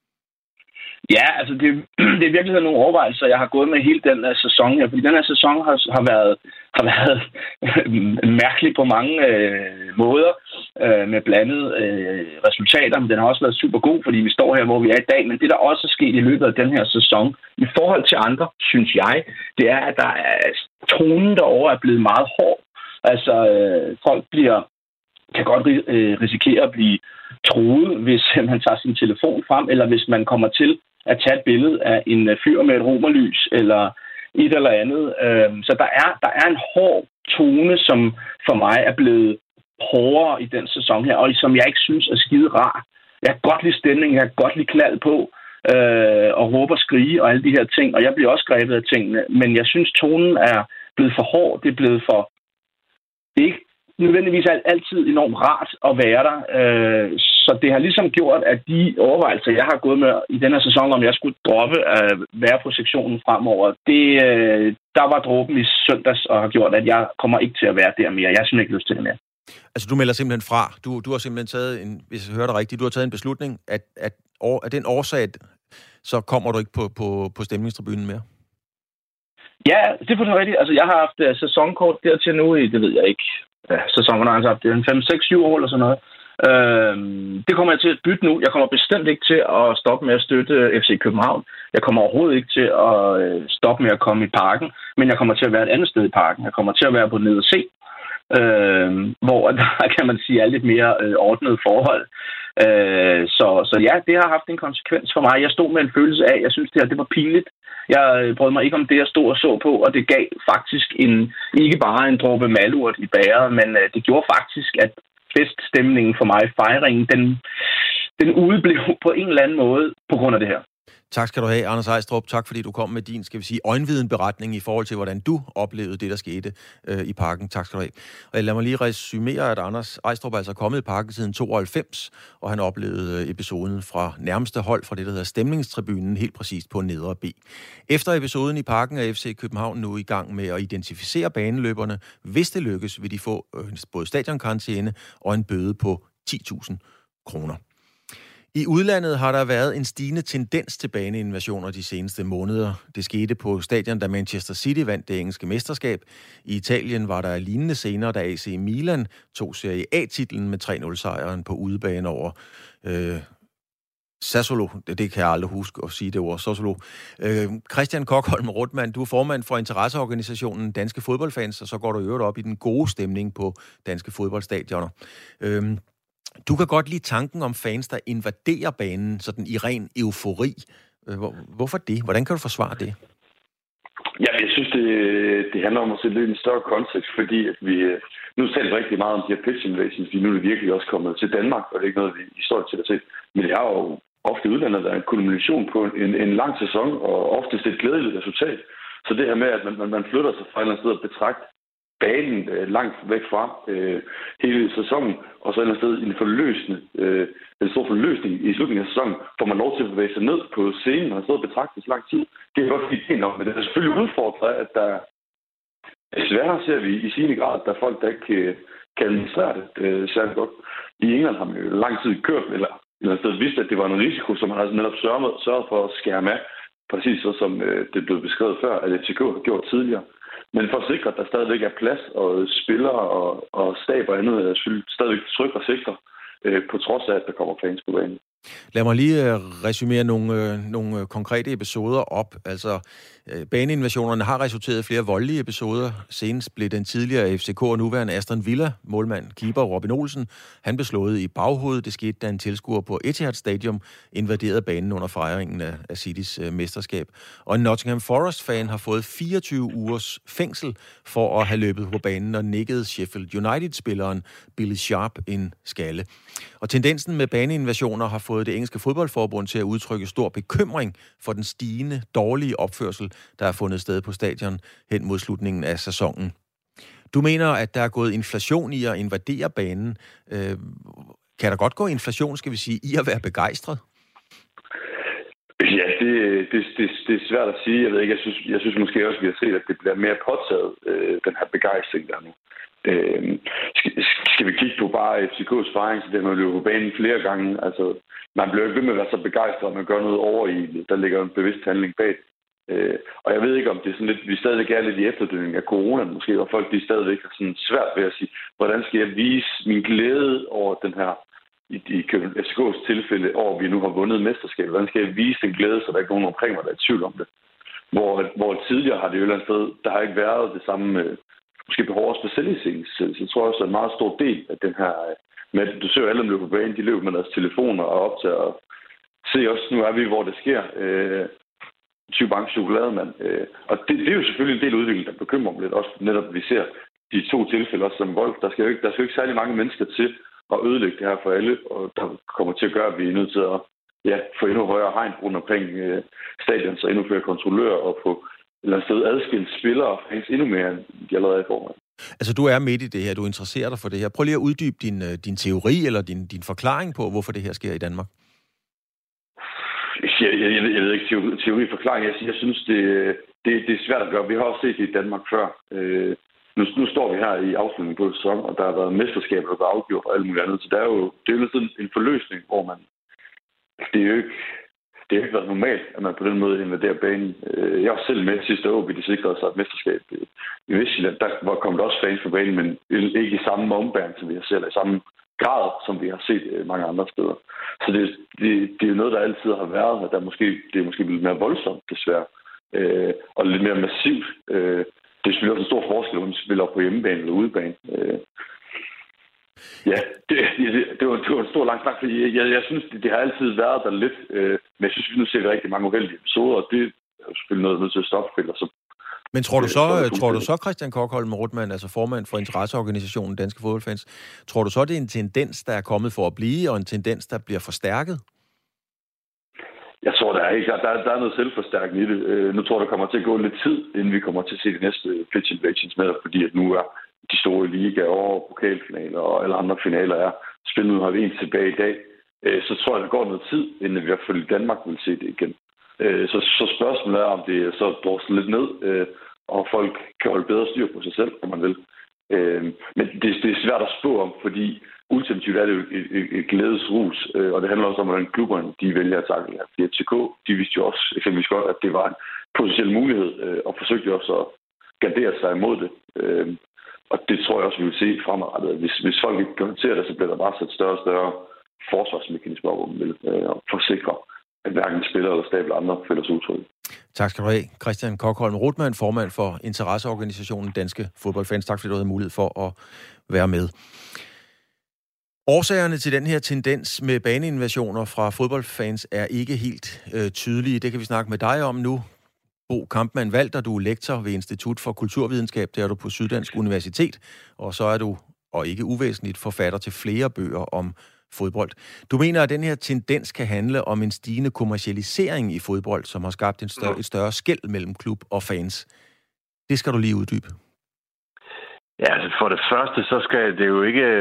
Ja, altså det, det er virkelig nogle overvejelser, jeg har gået med hele den her sæson her, fordi den her sæson har, har været, har været mærkelig på mange øh, måder, øh, med blandede øh, resultater, men den har også været super god, fordi vi står her, hvor vi er i dag, men det, der også er sket i løbet af den her sæson, i forhold til andre, synes jeg, det er, at der er tonen derovre er blevet meget hård. Altså, øh, folk bliver, kan godt øh, risikere at blive truet, hvis man tager sin telefon frem, eller hvis man kommer til at tage et billede af en fyr med et romerlys, eller et eller andet. Så der er, der er en hård tone, som for mig er blevet hårdere i den sæson her, og som jeg ikke synes er skide rar. Jeg kan godt lide stemningen, jeg kan godt lide knald på, øh, og råbe og skrige og alle de her ting, og jeg bliver også grebet af tingene, men jeg synes, tonen er blevet for hård, det er blevet for... Det er ikke nødvendigvis altid enormt rart at være der. Så det har ligesom gjort, at de overvejelser, jeg har gået med i den her sæson, om jeg skulle droppe at være på sektionen fremover, det, der var dråben i søndags og har gjort, at jeg kommer ikke til at være der mere. Jeg har simpelthen ikke lyst til det mere. Altså, du melder simpelthen fra. Du, du har simpelthen taget en, hvis jeg hører dig rigtigt, du har taget en beslutning, at, at, at den årsag, så kommer du ikke på, på, på stemningstribunen mere? Ja, det er for rigtigt. Altså, jeg har haft sæsonkort dertil nu i, det ved jeg ikke, ja, sæsonen har jeg haft det fem, seks, syv år eller sådan noget. Øhm, det kommer jeg til at bytte nu. Jeg kommer bestemt ikke til at stoppe med at støtte F C København. Jeg kommer overhovedet ikke til at stoppe med at komme i parken, men jeg kommer til at være et andet sted i parken. Jeg kommer til at være på nede C, øhm, hvor der kan man sige er lidt mere øh, ordnet forhold. Øh, så, så ja, det har haft en konsekvens for mig. Jeg stod med en følelse af, jeg synes det her, det var pinligt. Jeg brød mig ikke om det, jeg stod og så på, og det gav faktisk en, ikke bare en dråbe malurt i bæret, men øh, det gjorde faktisk, at feststemningen for mig, fejringen, den, den udeblev på en eller anden måde på grund af det her. Tak skal du have, Anders Ejstrup. Tak fordi du kom med din, skal vi sige, øjenviden beretning i forhold til, hvordan du oplevede det, der skete øh, i parken. Tak skal du have. Og lad mig lige resumere, at Anders Ejstrup er altså kommet i parken siden tooghalvfems, og han oplevede episoden fra nærmeste hold fra det, der hedder Stemningstribunen, helt præcist på Nedre B. Efter episoden i parken er F C København nu i gang med at identificere baneløberne. Hvis det lykkes, vil de få øh, både stadionkarantæne og en bøde på ti tusind kroner. I udlandet har der været en stigende tendens til baneinvasioner de seneste måneder. Det skete på stadion, da Manchester City vandt det engelske mesterskab. I Italien var der lignende scener, da A C Milan tog Serie A-titlen med tre nul sejren på udebane over øh, Sassuolo. Det kan jeg aldrig huske at sige det ord. Sassuolo. Øh, Christian Kokholm Rothmann, du er formand for interesseorganisationen Danske Fodboldfans, og så går du i øvrigt op i den gode stemning på danske fodboldstadioner. Øh, Du kan godt lide tanken om fans, der invaderer banen sådan i ren eufori. Hvorfor det? Hvordan kan du forsvare det? Ja, jeg synes, det, det handler om at sætte lidt i en større kontekst, fordi at vi nu taler rigtig meget om de her pitch invasions, fordi nu er det virkelig også kommet til Danmark, og det er ikke noget, vi historisk til at se. Men det er jo ofte i udlandet, der er en kulmination på en, en lang sæson, og oftest et glædeligt resultat. Så det her med, at man, man flytter sig fra et eller andet sted og betragter banen øh, langt væk fra øh, hele sæsonen, og så et eller andet sted en forløsende, øh, en stor forløsning i slutningen af sæsonen, hvor man lov til at bevæge sig ned på scenen og sidde og betragte så lang tid. Det er godt fordi det nok, men det er selvfølgelig udfordret, at der desværre ser vi i sigende grad, at der er folk, der ikke kan, kan administrere det øh, særlig godt. I England har man jo lang tid kørt, eller et eller andet sted vidst, at det var noget risiko, som man altså netop sørget, sørget for at skære med, præcis så som øh, det blev beskrevet før, at F C K har gjort tidligere. Men for at sikre, at der stadigvæk er plads og spillere og, og stab og andet, er selvfølgelig stadigvæk trygt og sikre, øh, på trods af, at der kommer fans på banen. Lad mig lige resumere nogle, øh, nogle konkrete episoder op. Altså, øh, baneinvasionerne har resulteret i flere voldelige episoder. Senest blev den tidligere F C K og nuværende Aston Villa målmand, keeper Robin Olsen, han blev slået i baghovedet. Det skete, da en tilskuer på Etihad Stadium invaderede banen under fejringen af, af Citys øh, mesterskab. Og en Nottingham Forest-fan har fået fireogtyve ugers fængsel for at have løbet på banen og nikket Sheffield United-spilleren Billy Sharp en skalle. Og tendensen med baneinvasioner har fået det engelske fodboldforbund til at udtrykke stor bekymring for den stigende dårlige opførsel, der er fundet sted på stadion hen mod slutningen af sæsonen. Du mener, at der er gået inflation i at invadere banen. Øh, kan der godt gå inflation, skal vi sige, i at være begejstret? Ja, det, det, det, det er svært at sige. Jeg ved ikke, jeg synes, jeg synes måske også, at vi har set, at det bliver mere påtaget, øh, den her begejstring der nu. Øh, skal, skal vi kigge på bare F C K's fejring, så det har løbet på banen flere gange. Altså, man bliver ikke ved med at være så begejstret, at man gør noget over i det. Der ligger en bevidst handling bag. Øh, og jeg ved ikke, om det er sådan lidt, vi stadigvæk er lidt i efterdønning af corona, måske, og folk de stadigvæk har sådan svært ved at sige, hvordan skal jeg vise min glæde over den her, i, i F C K's tilfælde, over at vi nu har vundet mesterskabet. Hvordan skal jeg vise den glæde, så der ikke er nogen omkring mig, der er i tvivl om det. Hvor, hvor tidligere har det jo et eller andet sted, der har ikke været det samme, måske behov for specialisering. Så jeg tror også, at en meget stor del af den her, med du ser jo alle, der løber på banen, de løber med deres telefoner og op til at se også, nu er vi, hvor det sker. Øh, tyve bank chokolademand. Øh, og det, det er jo selvfølgelig en del udvikling, der bekymrer mig lidt. Også netop, vi ser de to tilfælde også som vold. Der skal jo ikke, der skal jo ikke særlig mange mennesker til at ødelægge det her for alle, og der kommer til at gøre, at vi er nødt til at ja, få endnu højere hegn rundt omkring øh, stadion, så endnu flere kontrollører og få et eller andet sted adskilt spillere faktisk endnu mere, end de allerede er i forvejen. Altså, du er midt i det her, du interesserer dig for det her. Prøv lige at uddybe din, din teori eller din, din forklaring på, hvorfor det her sker i Danmark. Jeg, jeg, jeg, jeg ved ikke, teori, teori forklaring. Jeg, jeg synes, det, det, det er svært at gøre. Vi har også set det i Danmark før. Øh, nu, nu står vi her i afslutningen på sæson, og der har været mesterskaber, der er afgjort og alt muligt andet. Så der er jo, det er jo sådan en forløsning, hvor man... Det er jo ikke... Det har ikke været normalt, at man på den måde invaderer banen. Jeg var selv med sidste år, vi det sikrede sig et mesterskab i Vestjylland. Der var kommet også fans på banen, men ikke i samme ombæring, som vi har set, eller i samme grad, som vi har set mange andre steder. Så det, det, det er jo noget, der altid har været, og der måske, det er måske lidt mere voldsomt, desværre, og lidt mere massivt. Det er selvfølgelig også en stor forskel, om man spiller på hjemmebane eller udebane. Ja, det, det, det, var, det var en stor lang snak, fordi jeg, jeg, jeg synes, det, det har altid været der lidt, øh, men jeg synes, vi nu ser vi rigtig mange uheldige episoder, og det er jo selvfølgelig noget, nødt til at stoppe. Så, men tror du så, øh, tror du så Christian Kokholm Rothmann, altså formand for interesseorganisationen Danske Fodboldfans, tror du så, det er en tendens, der er kommet for at blive, og en tendens, der bliver forstærket? Jeg tror, der er ikke. Der, der er noget selvforstærkende i det. Øh, nu tror jeg, der kommer til at gå lidt tid, inden vi kommer til at se de næste pitch invasions med, fordi at nu er de store ligaer og pokalfinaler og alle andre finaler er spillet. Nu har vi en tilbage i dag. Så tror jeg, der går noget tid, inden vi i hvert fald i Danmark vil se det igen. Så, så spørgsmålet er, om det så drosler lidt ned, og folk kan holde bedre styr på sig selv, om man vil. Men det, det er svært at spå om, fordi ultimativt er det jo et, et, et glædesrus, og det handler også om, hvordan klubberne de vælger at takle her. F C K, de vidste jo også eksempelvis godt, at det var en potentiel mulighed, og forsøgte også at gardere sig imod det. Og det tror jeg også, vi vil se fremadrettet. Hvis, hvis folk ikke garanterer det, så bliver der bare sat større og større forsvarsmekanismer, hvor man vil øh, forsikre, at hverken spillere eller stab eller andre føler sig utrygge. Tak skal du have. Christian Kokholm Rothmann, formand for interesseorganisationen Danske Fodboldfans. Tak fordi du havde mulighed for at være med. Årsagerne til den her tendens med baneinvasioner fra fodboldfans er ikke helt øh, tydelige. Det kan vi snakke med dig om nu. Bo Kampmann Walter, du er lektor ved Institut for Kulturvidenskab, der er du på Syddansk Universitet, og så er du, og ikke uvæsentligt, forfatter til flere bøger om fodbold. Du mener, at den her tendens kan handle om en stigende kommercialisering i fodbold, som har skabt en større, et større skel mellem klub og fans. Det skal du lige uddybe. Ja, altså for det første, så skal det jo ikke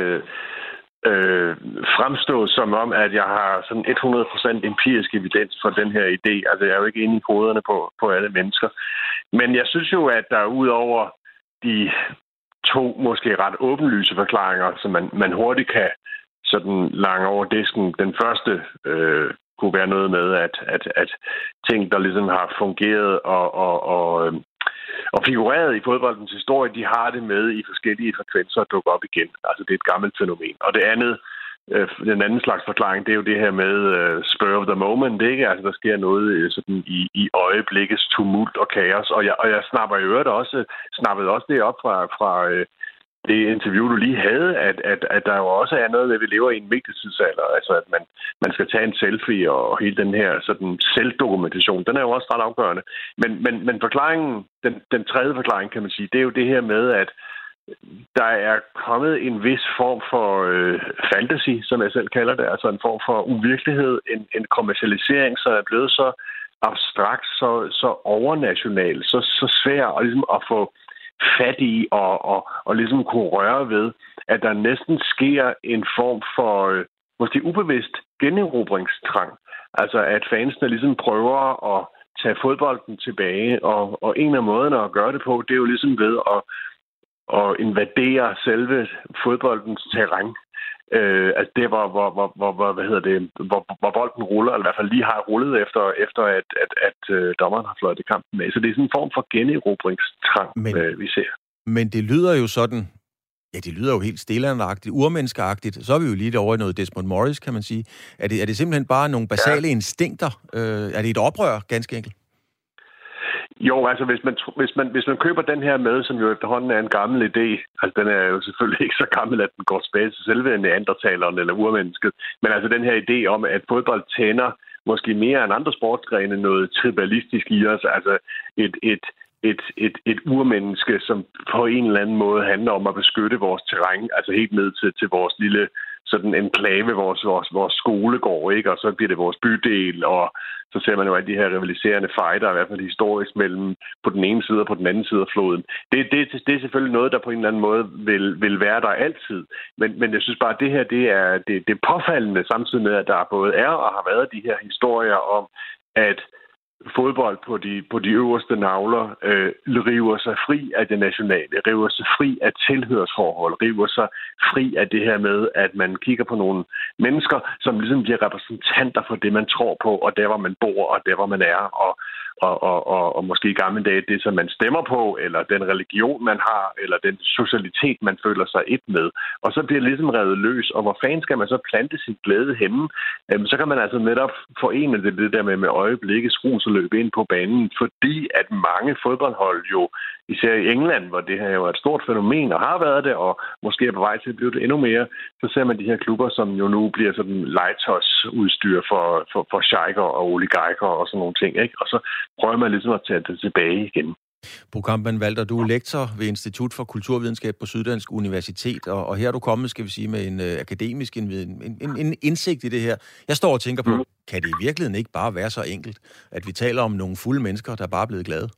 øh, fremstå som om, at jeg har sådan hundrede procent empirisk evidens for den her idé. Altså, jeg er jo ikke inde i koderne på, på alle mennesker. Men jeg synes jo, at der ud over de to måske ret åbenlyse forklaringer, som man, man hurtigt kan sådan lange over disken. Den første øh, kunne være noget med, at, at, at ting, der ligesom har fungeret og, og, og, øh, og figureret i fodboldens historie, de har det med i forskellige frekvenser at dukke op igen. Altså det er et gammelt fænomen. Og det andet, Den anden slags forklaring, det er jo det her med uh, spur of the moment, ikke? Altså, der sker noget sådan i, i øjeblikkets tumult og kaos. Og jeg, og jeg snapper i øvrigt også, snappede også det op fra, fra uh, det interview, du lige havde, at, at, at der jo også er noget, at vi lever i en vigtigtidsalder. Altså, at man, man skal tage en selfie, og hele den her sådan selvdokumentation, den er jo også ret afgørende. Men, men, men forklaringen, den, den tredje forklaring, kan man sige, det er jo det her med, at der er kommet en vis form for øh, fantasy, som jeg selv kalder det, altså en form for uvirkelighed, en, en kommercialisering, som er blevet så abstrakt, så, så overnational, så, så svær at, ligesom at få fat i og, og, og ligesom kunne røre ved, at der næsten sker en form for øh, måske ubevidst generobringstrang. Altså at fansene ligesom prøver at tage fodbolden tilbage, og, og en af måderne at gøre det på, det er jo ligesom ved at og invadere selve fodboldens terræn. Øh, altså det, hvor, hvor, hvor, hvor, hvor, hvad hedder det, hvor, hvor bolden ruller, eller i hvert fald lige har rullet efter, efter at, at, at øh, dommeren har fløjtet kampen med. Så det er sådan en form for generobringstrang, men, øh, vi ser. Men det lyder jo sådan, ja, det lyder jo helt stillanderagtigt, urmenneskeagtigt. Så er vi jo lige over i noget Desmond Morris, kan man sige. Er det, er det simpelthen bare nogle basale ja. instinkter? Øh, er det et oprør, ganske enkelt? Jo, altså hvis man, hvis, man, hvis man køber den her med, som jo efterhånden er en gammel idé, altså den er jo selvfølgelig ikke så gammel, at den går tilbage til selve neandertaleren eller urmennesket, men altså den her idé om, at fodbold tænder måske mere end andre sportsgrene noget tribalistisk i os, altså et, et, et, et, et urmenneske, som på en eller anden måde handler om at beskytte vores terræn, altså helt ned til, til vores lille sådan enklave, vores, vores, vores skolegård, ikke? Og så bliver det vores bydel, og så ser man jo alle de her rivaliserende fighter, i hvert fald historisk, mellem på den ene side og på den anden side af floden. Det, det, det er selvfølgelig noget, der på en eller anden måde vil, vil være der altid. Men, men jeg synes bare, at det her det er, det, det er påfaldende, samtidig med, at der både er og har været de her historier om, at fodbold på de, på de øverste navler øh, river sig fri af det nationale, river sig fri af tilhørsforhold, river sig fri af det her med, at man kigger på nogle mennesker, som ligesom bliver repræsentanter for det, man tror på, og der, hvor man bor, og der, hvor man er, og, og, og, og, og måske i gamle dage det, som man stemmer på, eller den religion, man har, eller den socialitet, man føler sig et med. Og så bliver det ligesom revet løs, og hvor fanden skal man så plante sin glæde henne? Øhm, så kan man altså netop forene det, det der med, med øjeblikkes rus og løbe ind på banen, fordi at mange fodboldhold jo, især i England, hvor det her jo er et stort fænomen og har været det, og måske er på vej til at blive det endnu mere, så ser man de her klubber, som jo nu bliver sådan legetøjsudstyr for, for, for sheiker og oligarker og sådan nogle ting, ikke? Og så prøver man ligesom at tage det tilbage igen. Bo Kampmann Walter, du er lektor ved Institut for Kulturvidenskab på Syddansk Universitet, og, og her er du kommet, skal vi sige, med en uh, akademisk en, en, en indsigt i det her. Jeg står og tænker på, mm. kan det i virkeligheden ikke bare være så enkelt, at vi taler om nogle fulde mennesker, der bare er blevet glade?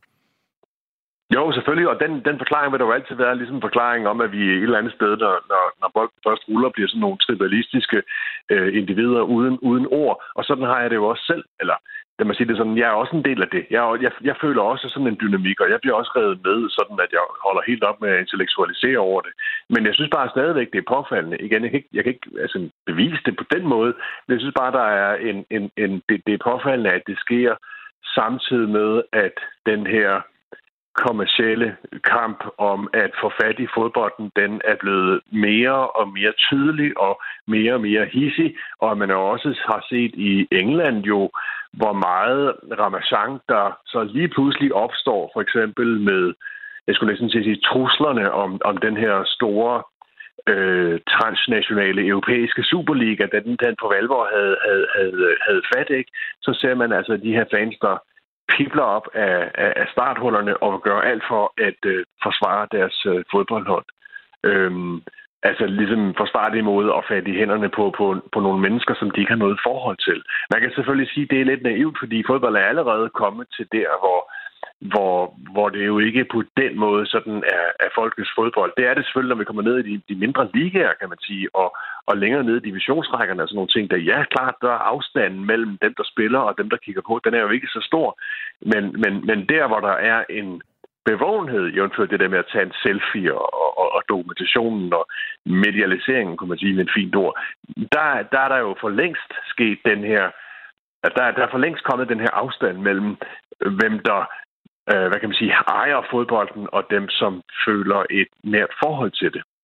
Jo, selvfølgelig, og den, den forklaring vil der jo altid være, ligesom en forklaring om, at vi et eller andet sted, når, når, når bolden først ruller, bliver sådan nogle tribalistiske øh, individer uden, uden ord, og sådan har jeg det jo også selv, eller lad mig sige det sådan, jeg er også en del af det. Jeg, jeg, jeg føler også sådan en dynamik, og jeg bliver også revet med, sådan at jeg holder helt op med at intellektualisere over det. Men jeg synes bare stadigvæk, det er påfaldende. Igen, jeg kan ikke, jeg kan ikke altså, bevise det på den måde, men jeg synes bare, der er en, en, en det, det er påfaldende, at det sker samtidig med, at den her kommercielle kamp om at få fat i fodbolden, den er blevet mere og mere tydelig og mere og mere hissig, og man også har set i England jo, hvor meget ramachan der så lige pludselig opstår, for eksempel med, jeg skulle næsten sige, truslerne om, om den her store øh, transnationale europæiske Superliga, da den, den på alvor havde, havde, havde, havde fat, ikke? Så ser man altså de her fans, der pibler op af, af, af starthullerne og gør alt for at øh, forsvare deres øh, fodboldhold. Øhm, altså ligesom forsvare det imod at fatte i hænderne på, på, på nogle mennesker, som de ikke har noget forhold til. Man kan selvfølgelig sige, at det er lidt naivt, fordi fodbold er allerede kommet til der, hvor, hvor, hvor det jo ikke på den måde sådan er, er folkets fodbold. Det er det selvfølgelig, når vi kommer ned i de, de mindre ligaer, kan man sige, og, og længere ned i divisionsrækkerne og sådan nogle ting. Der, ja, klart, der er afstanden mellem dem, der spiller og dem, der kigger på. Den er jo ikke så stor. Men, men, men der, hvor der er en bevågenhed, jævnført det der med at tage en selfie og, og, og dokumentationen og medialiseringen, kunne man sige med et fint ord, der, der er der jo for længst sket den her, der, der er for længst kommet den her afstand mellem, hvem der hvad kan man sige, ejer fodbolden, og dem, som føler et nært forhold til det.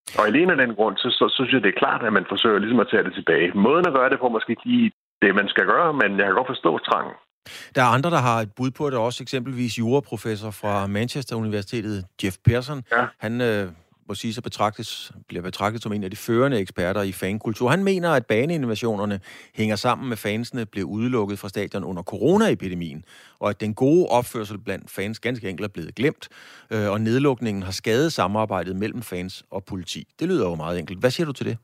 Og alene af den grund, så, så, så synes jeg, det er klart, at man forsøger ligesom at tage det tilbage. Måden at gøre det på måske ikke lige det, man skal gøre, men jeg kan godt forstå trangen. Der er andre, der har et bud på det også, eksempelvis juraprofessor fra Manchester Universitetet, Jeff Pearson. Ja. Han øh, må sige sig betragtes, bliver betragtet som en af de førende eksperter i fankultur. Han mener, at baneinnovationerne hænger sammen med fansene blev udelukket fra stadion under coronaepidemien, og at den gode opførsel blandt fans ganske enkelt er blevet glemt, øh, og nedlukningen har skadet samarbejdet mellem fans og politi. Det lyder jo meget enkelt. Hvad siger du til det?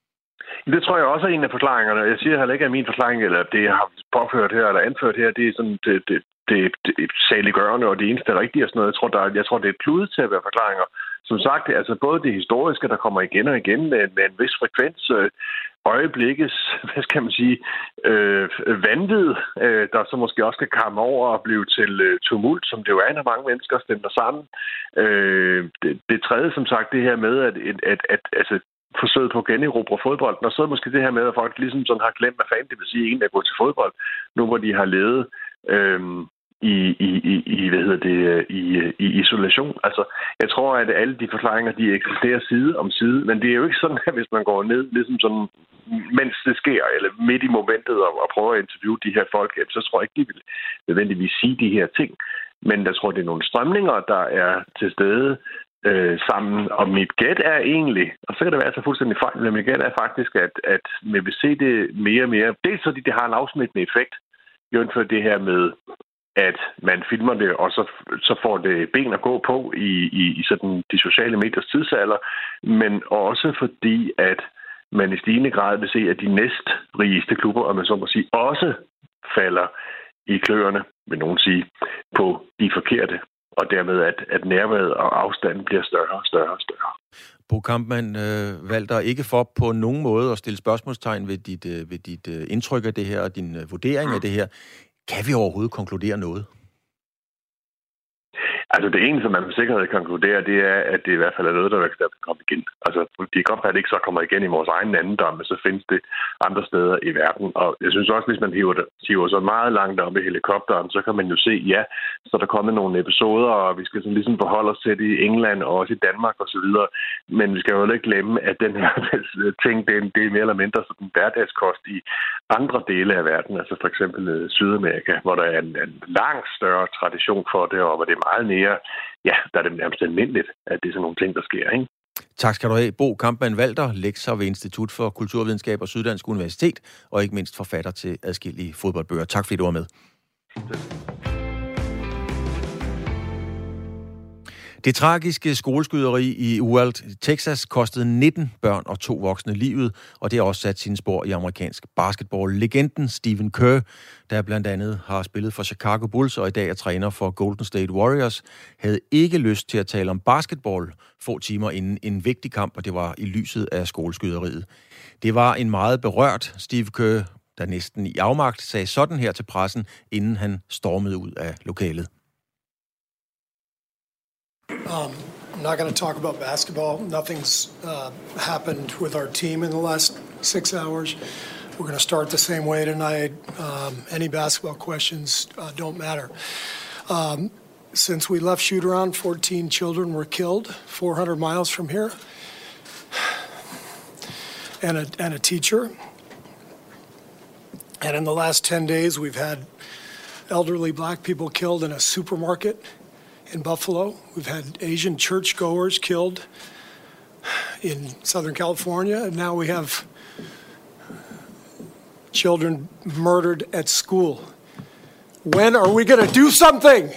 Det tror jeg også er en af forklaringerne. Jeg siger heller ikke, at min forklaring, eller det, jeg har påført her, eller anført her, det er sådan det, det, det, det saliggørende, og det eneste rigtige og sådan noget. Jeg tror, der, jeg tror, det er et klude til at være forklaringer. Som sagt, altså både det historiske, der kommer igen og igen med, med en vis frekvens, øh, øjeblikkes, hvad skal man sige, øh, vanvid, øh, der så måske også kan komme over og blive til øh, tumult, som det jo er, når mange mennesker stemmer sammen. Øh, det, det tredje, som sagt, det her med, at, at, at, at altså, forsøget på at generobre fodbolden, og så måske det her med, at folk ligesom sådan har glemt, hvad fanden det vil sige egentlig at gå til fodbold, nu hvor de har levet øh, i, i, i, i, hvad hedder det, i, i isolation. Altså, jeg tror, at alle de forklaringer, de eksisterer side om side, men det er jo ikke sådan, at hvis man går ned, ligesom sådan, mens det sker, eller midt i momentet, og, og prøver at interviewe de her folk, så tror jeg ikke, de vil nødvendigvis sige de her ting. Men jeg tror, det er nogle strømninger, der er til stede, Øh, sammen. Og mit gæt er egentlig, og så kan det være så fuldstændig fejl, men mit gæt er faktisk, at, at man vil se det mere og mere. Dels fordi det har en afsmittende effekt, jævnt for det her med, at man filmer det, og så, så får det ben at gå på i, i, i sådan de sociale mediers tidsalder, men også fordi, at man i stigende grad vil se, at de næstrigeste klubber, og man så må sige, også falder i kløerne, vil nogen sige, på de forkerte. Og dermed, at, at nærværet og afstanden bliver større og større og større. Bo Kampmann, øh, Walter, ikke for på nogen måde at stille spørgsmålstegn ved dit, øh, ved dit øh, indtryk af det her, og din øh, vurdering mm. af det her. Kan vi overhovedet konkludere noget? Altså det eneste, man med sikkerhed konkluderer, det er, at det i hvert fald er noget, der vil komme igen. Altså det kan godt være, at det ikke så kommer igen i vores egen andendom, men så findes det andre steder i verden. Og jeg synes også, hvis man hiver, det, hiver så meget langt op i helikopteren, så kan man jo se, ja, så er der kommet nogle episoder, og vi skal sådan ligesom forholde os til det i England og også i Danmark osv. Men vi skal jo ikke glemme, at den her ting, det er, det er mere eller mindre sådan hverdagskost i andre dele af verden, altså for eksempel Sydamerika, hvor der er en, en langt større tradition for det, og hvor det er meget mere, ja, der er det nærmest almindeligt, at det er sådan nogle ting, der sker, ikke? Tak skal du have, Bo Kampmann Walter, lektor ved Institut for Kulturvidenskab og Syddansk Universitet, og ikke mindst forfatter til adskillige fodboldbøger. Tak fordi du var med. Det tragiske skoleskyderi i Uvalde, Texas, kostede nitten børn og to voksne livet, og det har også sat sine spor i amerikansk basketball-legenden Stephen Kerr, der blandt andet har spillet for Chicago Bulls og i dag er træner for Golden State Warriors, havde ikke lyst til at tale om basketball få timer inden en vigtig kamp, og det var i lyset af skoleskyderiet. Det var en meget berørt Steve Kerr, der næsten i afmagt sagde sådan her til pressen, inden han stormede ud af lokalet. Um, I'm not going to talk about basketball. Nothing's uh, happened with our team in the last six hours. We're going to start the same way tonight. Um, any basketball questions uh, don't matter. Um, since we left shoot-around, fourteen children were killed four hundred miles from here. And a, and a teacher. And in the last ten days, we've had elderly black people killed in a supermarket in Buffalo. We've had Asian churchgoers killed in Southern California, and now we have children murdered at school. When are we going to do something?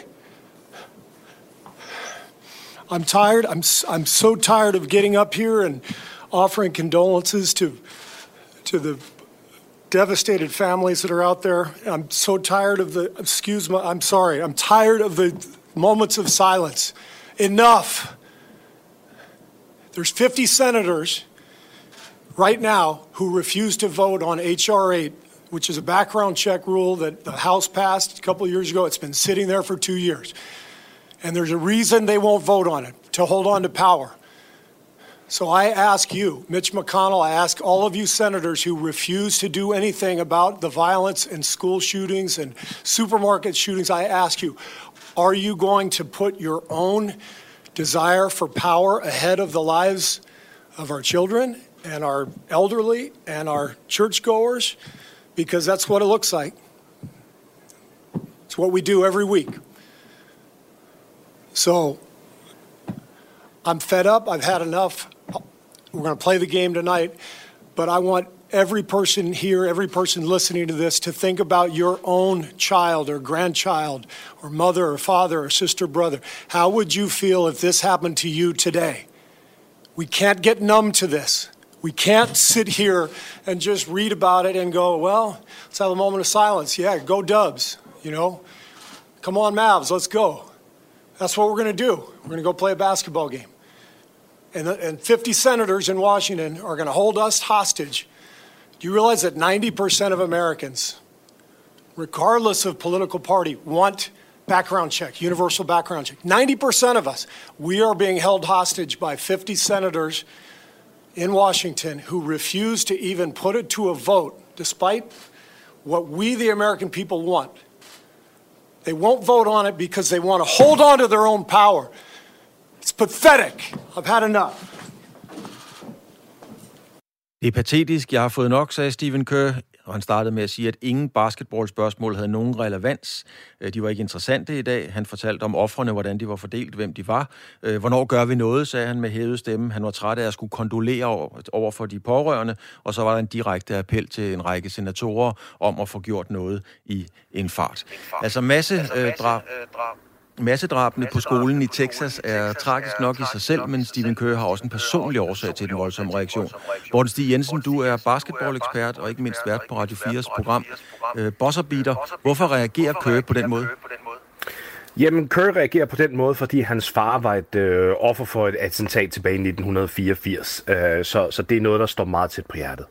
I'm tired. I'm I'm so tired of getting up here and offering condolences to to the devastated families that are out there. I'm so tired of the excuse me. I'm sorry. I'm tired of the moments of silence. Enough. There's fifty senators right now who refuse to vote on H R eight, which is a background check rule that the House passed a couple of years ago. It's been sitting there for two years. And there's a reason they won't vote on it, to hold on to power. So I ask you, Mitch McConnell, I ask all of you senators who refuse to do anything about the violence and school shootings and supermarket shootings, I ask you, are you going to put your own desire for power ahead of the lives of our children and our elderly and our churchgoers, because that's what it looks like. It's what we do every week. So I'm fed up. I've had enough. We're going to play the game tonight, but I want every person here, every person listening to this, to think about your own child or grandchild or mother or father or sister, brother. How would you feel if this happened to you today? We can't get numb to this. We can't sit here and just read about it and go, well, let's have a moment of silence. Yeah, go Dubs, you know. Come on, Mavs, let's go. That's what we're going to do. We're going to go play a basketball game. And, the, and fifty senators in Washington are going to hold us hostage. Do you realize that ninety percent of Americans, regardless of political party, want background check, universal background check? ninety percent of us, we are being held hostage by fifty senators in Washington who refuse to even put it to a vote, despite what we, the American people, want. They won't vote on it because they want to hold on to their own power. It's pathetic. I've had enough. Det er patetisk. Jeg har fået nok, sagde Stephen Kerr, og han startede med at sige, at ingen basketballspørgsmål havde nogen relevans. De var ikke interessante i dag. Han fortalte om ofrene, hvordan de var fordelt, hvem de var. Hvornår gør vi noget, sagde han med hævet stemme. Han var træt af at skulle kondolere over for de pårørende, og så var der en direkte appel til en række senatorer om at få gjort noget i en fart. Altså masse øh, drab. Massedrabene på skolen i Texas er tragisk nok i sig selv, men Stephen Kerr har også en personlig årsag til den voldsomme reaktion. Morten Stig Jensen, du er basketball-ekspert og ikke mindst vært på Radio fires program øh, Buzzer Beater. Hvorfor reagerer Kerr på den måde? Jamen, Kerr reagerer på den måde, fordi hans far var et øh, offer for et attentat tilbage i nitten fireogfirs. Øh, så, så det er noget, der står meget tæt på hjertet.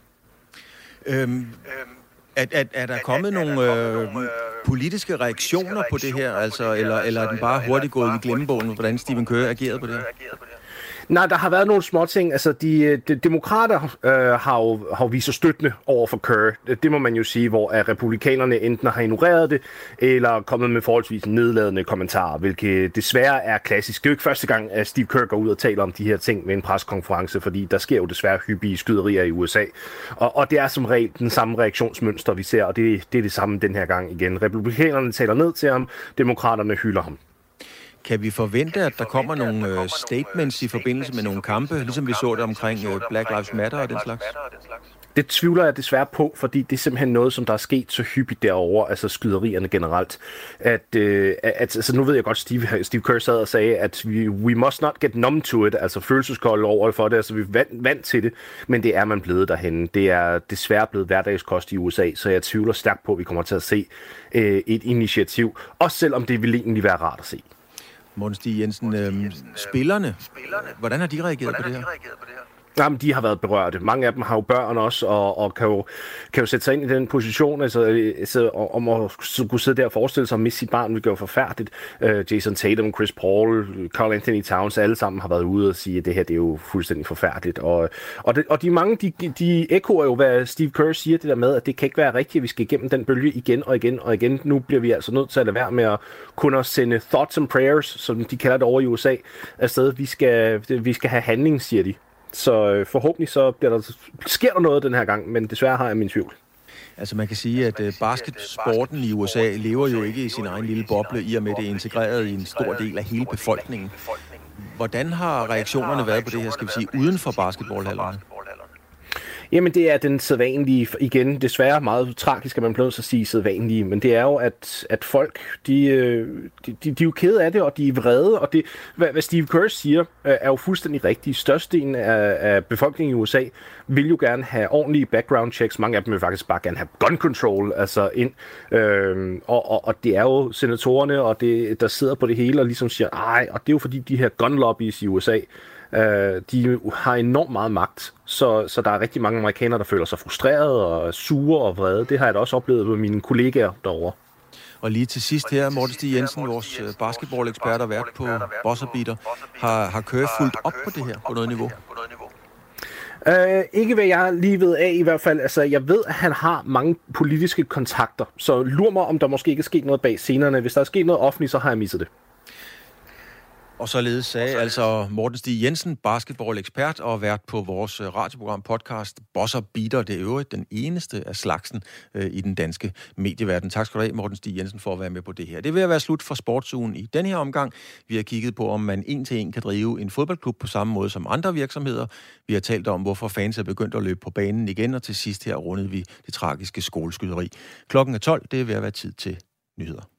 Øhm, Er, er, er der kommet nogle øh, politiske reaktioner på det her, altså, eller, eller er den bare hurtigt gået i glemmebogen, hvordan Stephen Kerr agerede på det her? Nej, der har været nogle små ting. Altså, de, de demokrater øh, har jo har vist sig støttende over for Kerr. Det må man jo sige, hvor at republikanerne enten har ignoreret det, eller kommet med forholdsvis nedladende kommentarer, hvilket desværre er klassisk. Det er jo ikke første gang, at Steve Kerr går ud og taler om de her ting ved en pressekonference, fordi der sker jo desværre hyppige skyderier i U S A. Og, og det er som regel den samme reaktionsmønster, vi ser, og det, det er det samme den her gang igen. Republikanerne taler ned til ham, demokraterne hylder ham. Kan vi forvente, at der kommer nogle statements i forbindelse med nogle kampe, ligesom vi så det omkring Black Lives Matter og den slags? Det tvivler jeg desværre på, fordi det er simpelthen noget, som der er sket så hyppigt derovre, altså skyderierne generelt. At, øh, at altså nu ved jeg godt, Steve, Steve Kerr sad og sagde, at we, we must not get numb to it, altså følelseskold over for det, altså vi er vant, vant til det, men det er man blevet derhenne. Det er desværre blevet hverdagskost i U S A, så jeg tvivler stærkt på, at vi kommer til at se øh, et initiativ, også selvom det ville egentlig være rart at se. Morten Stig Jensen, øh, spillerne, hvordan har de reageret på det her? Jamen, de har været berørte. Mange af dem har jo børn også, og, og kan, jo, kan jo sætte sig ind i den position, altså, altså om at kunne sidde der og forestille sig at miste sit barn, vil gøre forfærdeligt. Uh, Jason Tatum, Chris Paul, Karl Anthony Towns, alle sammen har været ude og sige, at det her det er jo fuldstændig forfærdeligt. Og, og, det, og de mange, de, de ekoer jo, hvad Steve Kerr siger, det der med, at det kan ikke være rigtigt, at vi skal igennem den bølge igen og igen og igen. Nu bliver vi altså nødt til at lade være med at kunne sende thoughts and prayers, som de kalder det over i U S A, afsted. Vi skal, vi skal have handling, siger de. Så forhåbentlig så bliver der, sker der noget den her gang, men desværre har jeg min tvivl. Altså man kan sige, at basketsporten i U S A lever jo ikke i sin egen lille boble, i og med det er integreret i en stor del af hele befolkningen. Hvordan har reaktionerne været på det her, skal vi sige, uden for basketballhallerne? Jamen det er den sædvanlige, igen desværre meget tragisk, at man bliver nødt til at sige sædvanlige, men det er jo, at, at folk, de, de, de, de er jo kede af det, og de er vrede, og det, hvad, hvad Steve Kerr siger, er jo fuldstændig rigtigt. Størstedelen af, af befolkningen i U S A vil jo gerne have ordentlige background checks, mange af dem vil faktisk bare gerne have gun control, altså ind, øhm, og, og, og det er jo senatorerne, og det, der sidder på det hele, og ligesom siger, ej, og det er jo fordi de her gun lobbies i U S A, Uh, de har enormt meget magt, så, så der er rigtig mange amerikanere, der føler sig frustrerede og sure og vrede. Det har jeg da også oplevet med mine kollegaer derovre. Og lige til sidst her, Morten Stig Jensen, vores basketball-ekspert og vært på Buzzer Beater, har, har Kerr fulgt op på det her på noget niveau? Uh, ikke hvad jeg lige ved af i hvert fald. Altså, jeg ved, at han har mange politiske kontakter, så lur mig, om der måske ikke er sket noget bag scenerne. Hvis der er sket noget offentligt, så har jeg misset det. Og således sagde altså Morten Stig Jensen, basketball-ekspert og vært på vores radioprogram podcast Bosser Beater. Det er jo den eneste af slagsen øh, i den danske medieverden. Tak skal du have, Morten Stig Jensen, for at være med på det her. Det vil være slut for Sportsugen i den her omgang. Vi har kigget på, om man en til en kan drive en fodboldklub på samme måde som andre virksomheder. Vi har talt om, hvorfor fans er begyndt at løbe på banen igen, og til sidst her rundede vi det tragiske skoleskyderi. Klokken er tolv, det er ved at være tid til nyheder.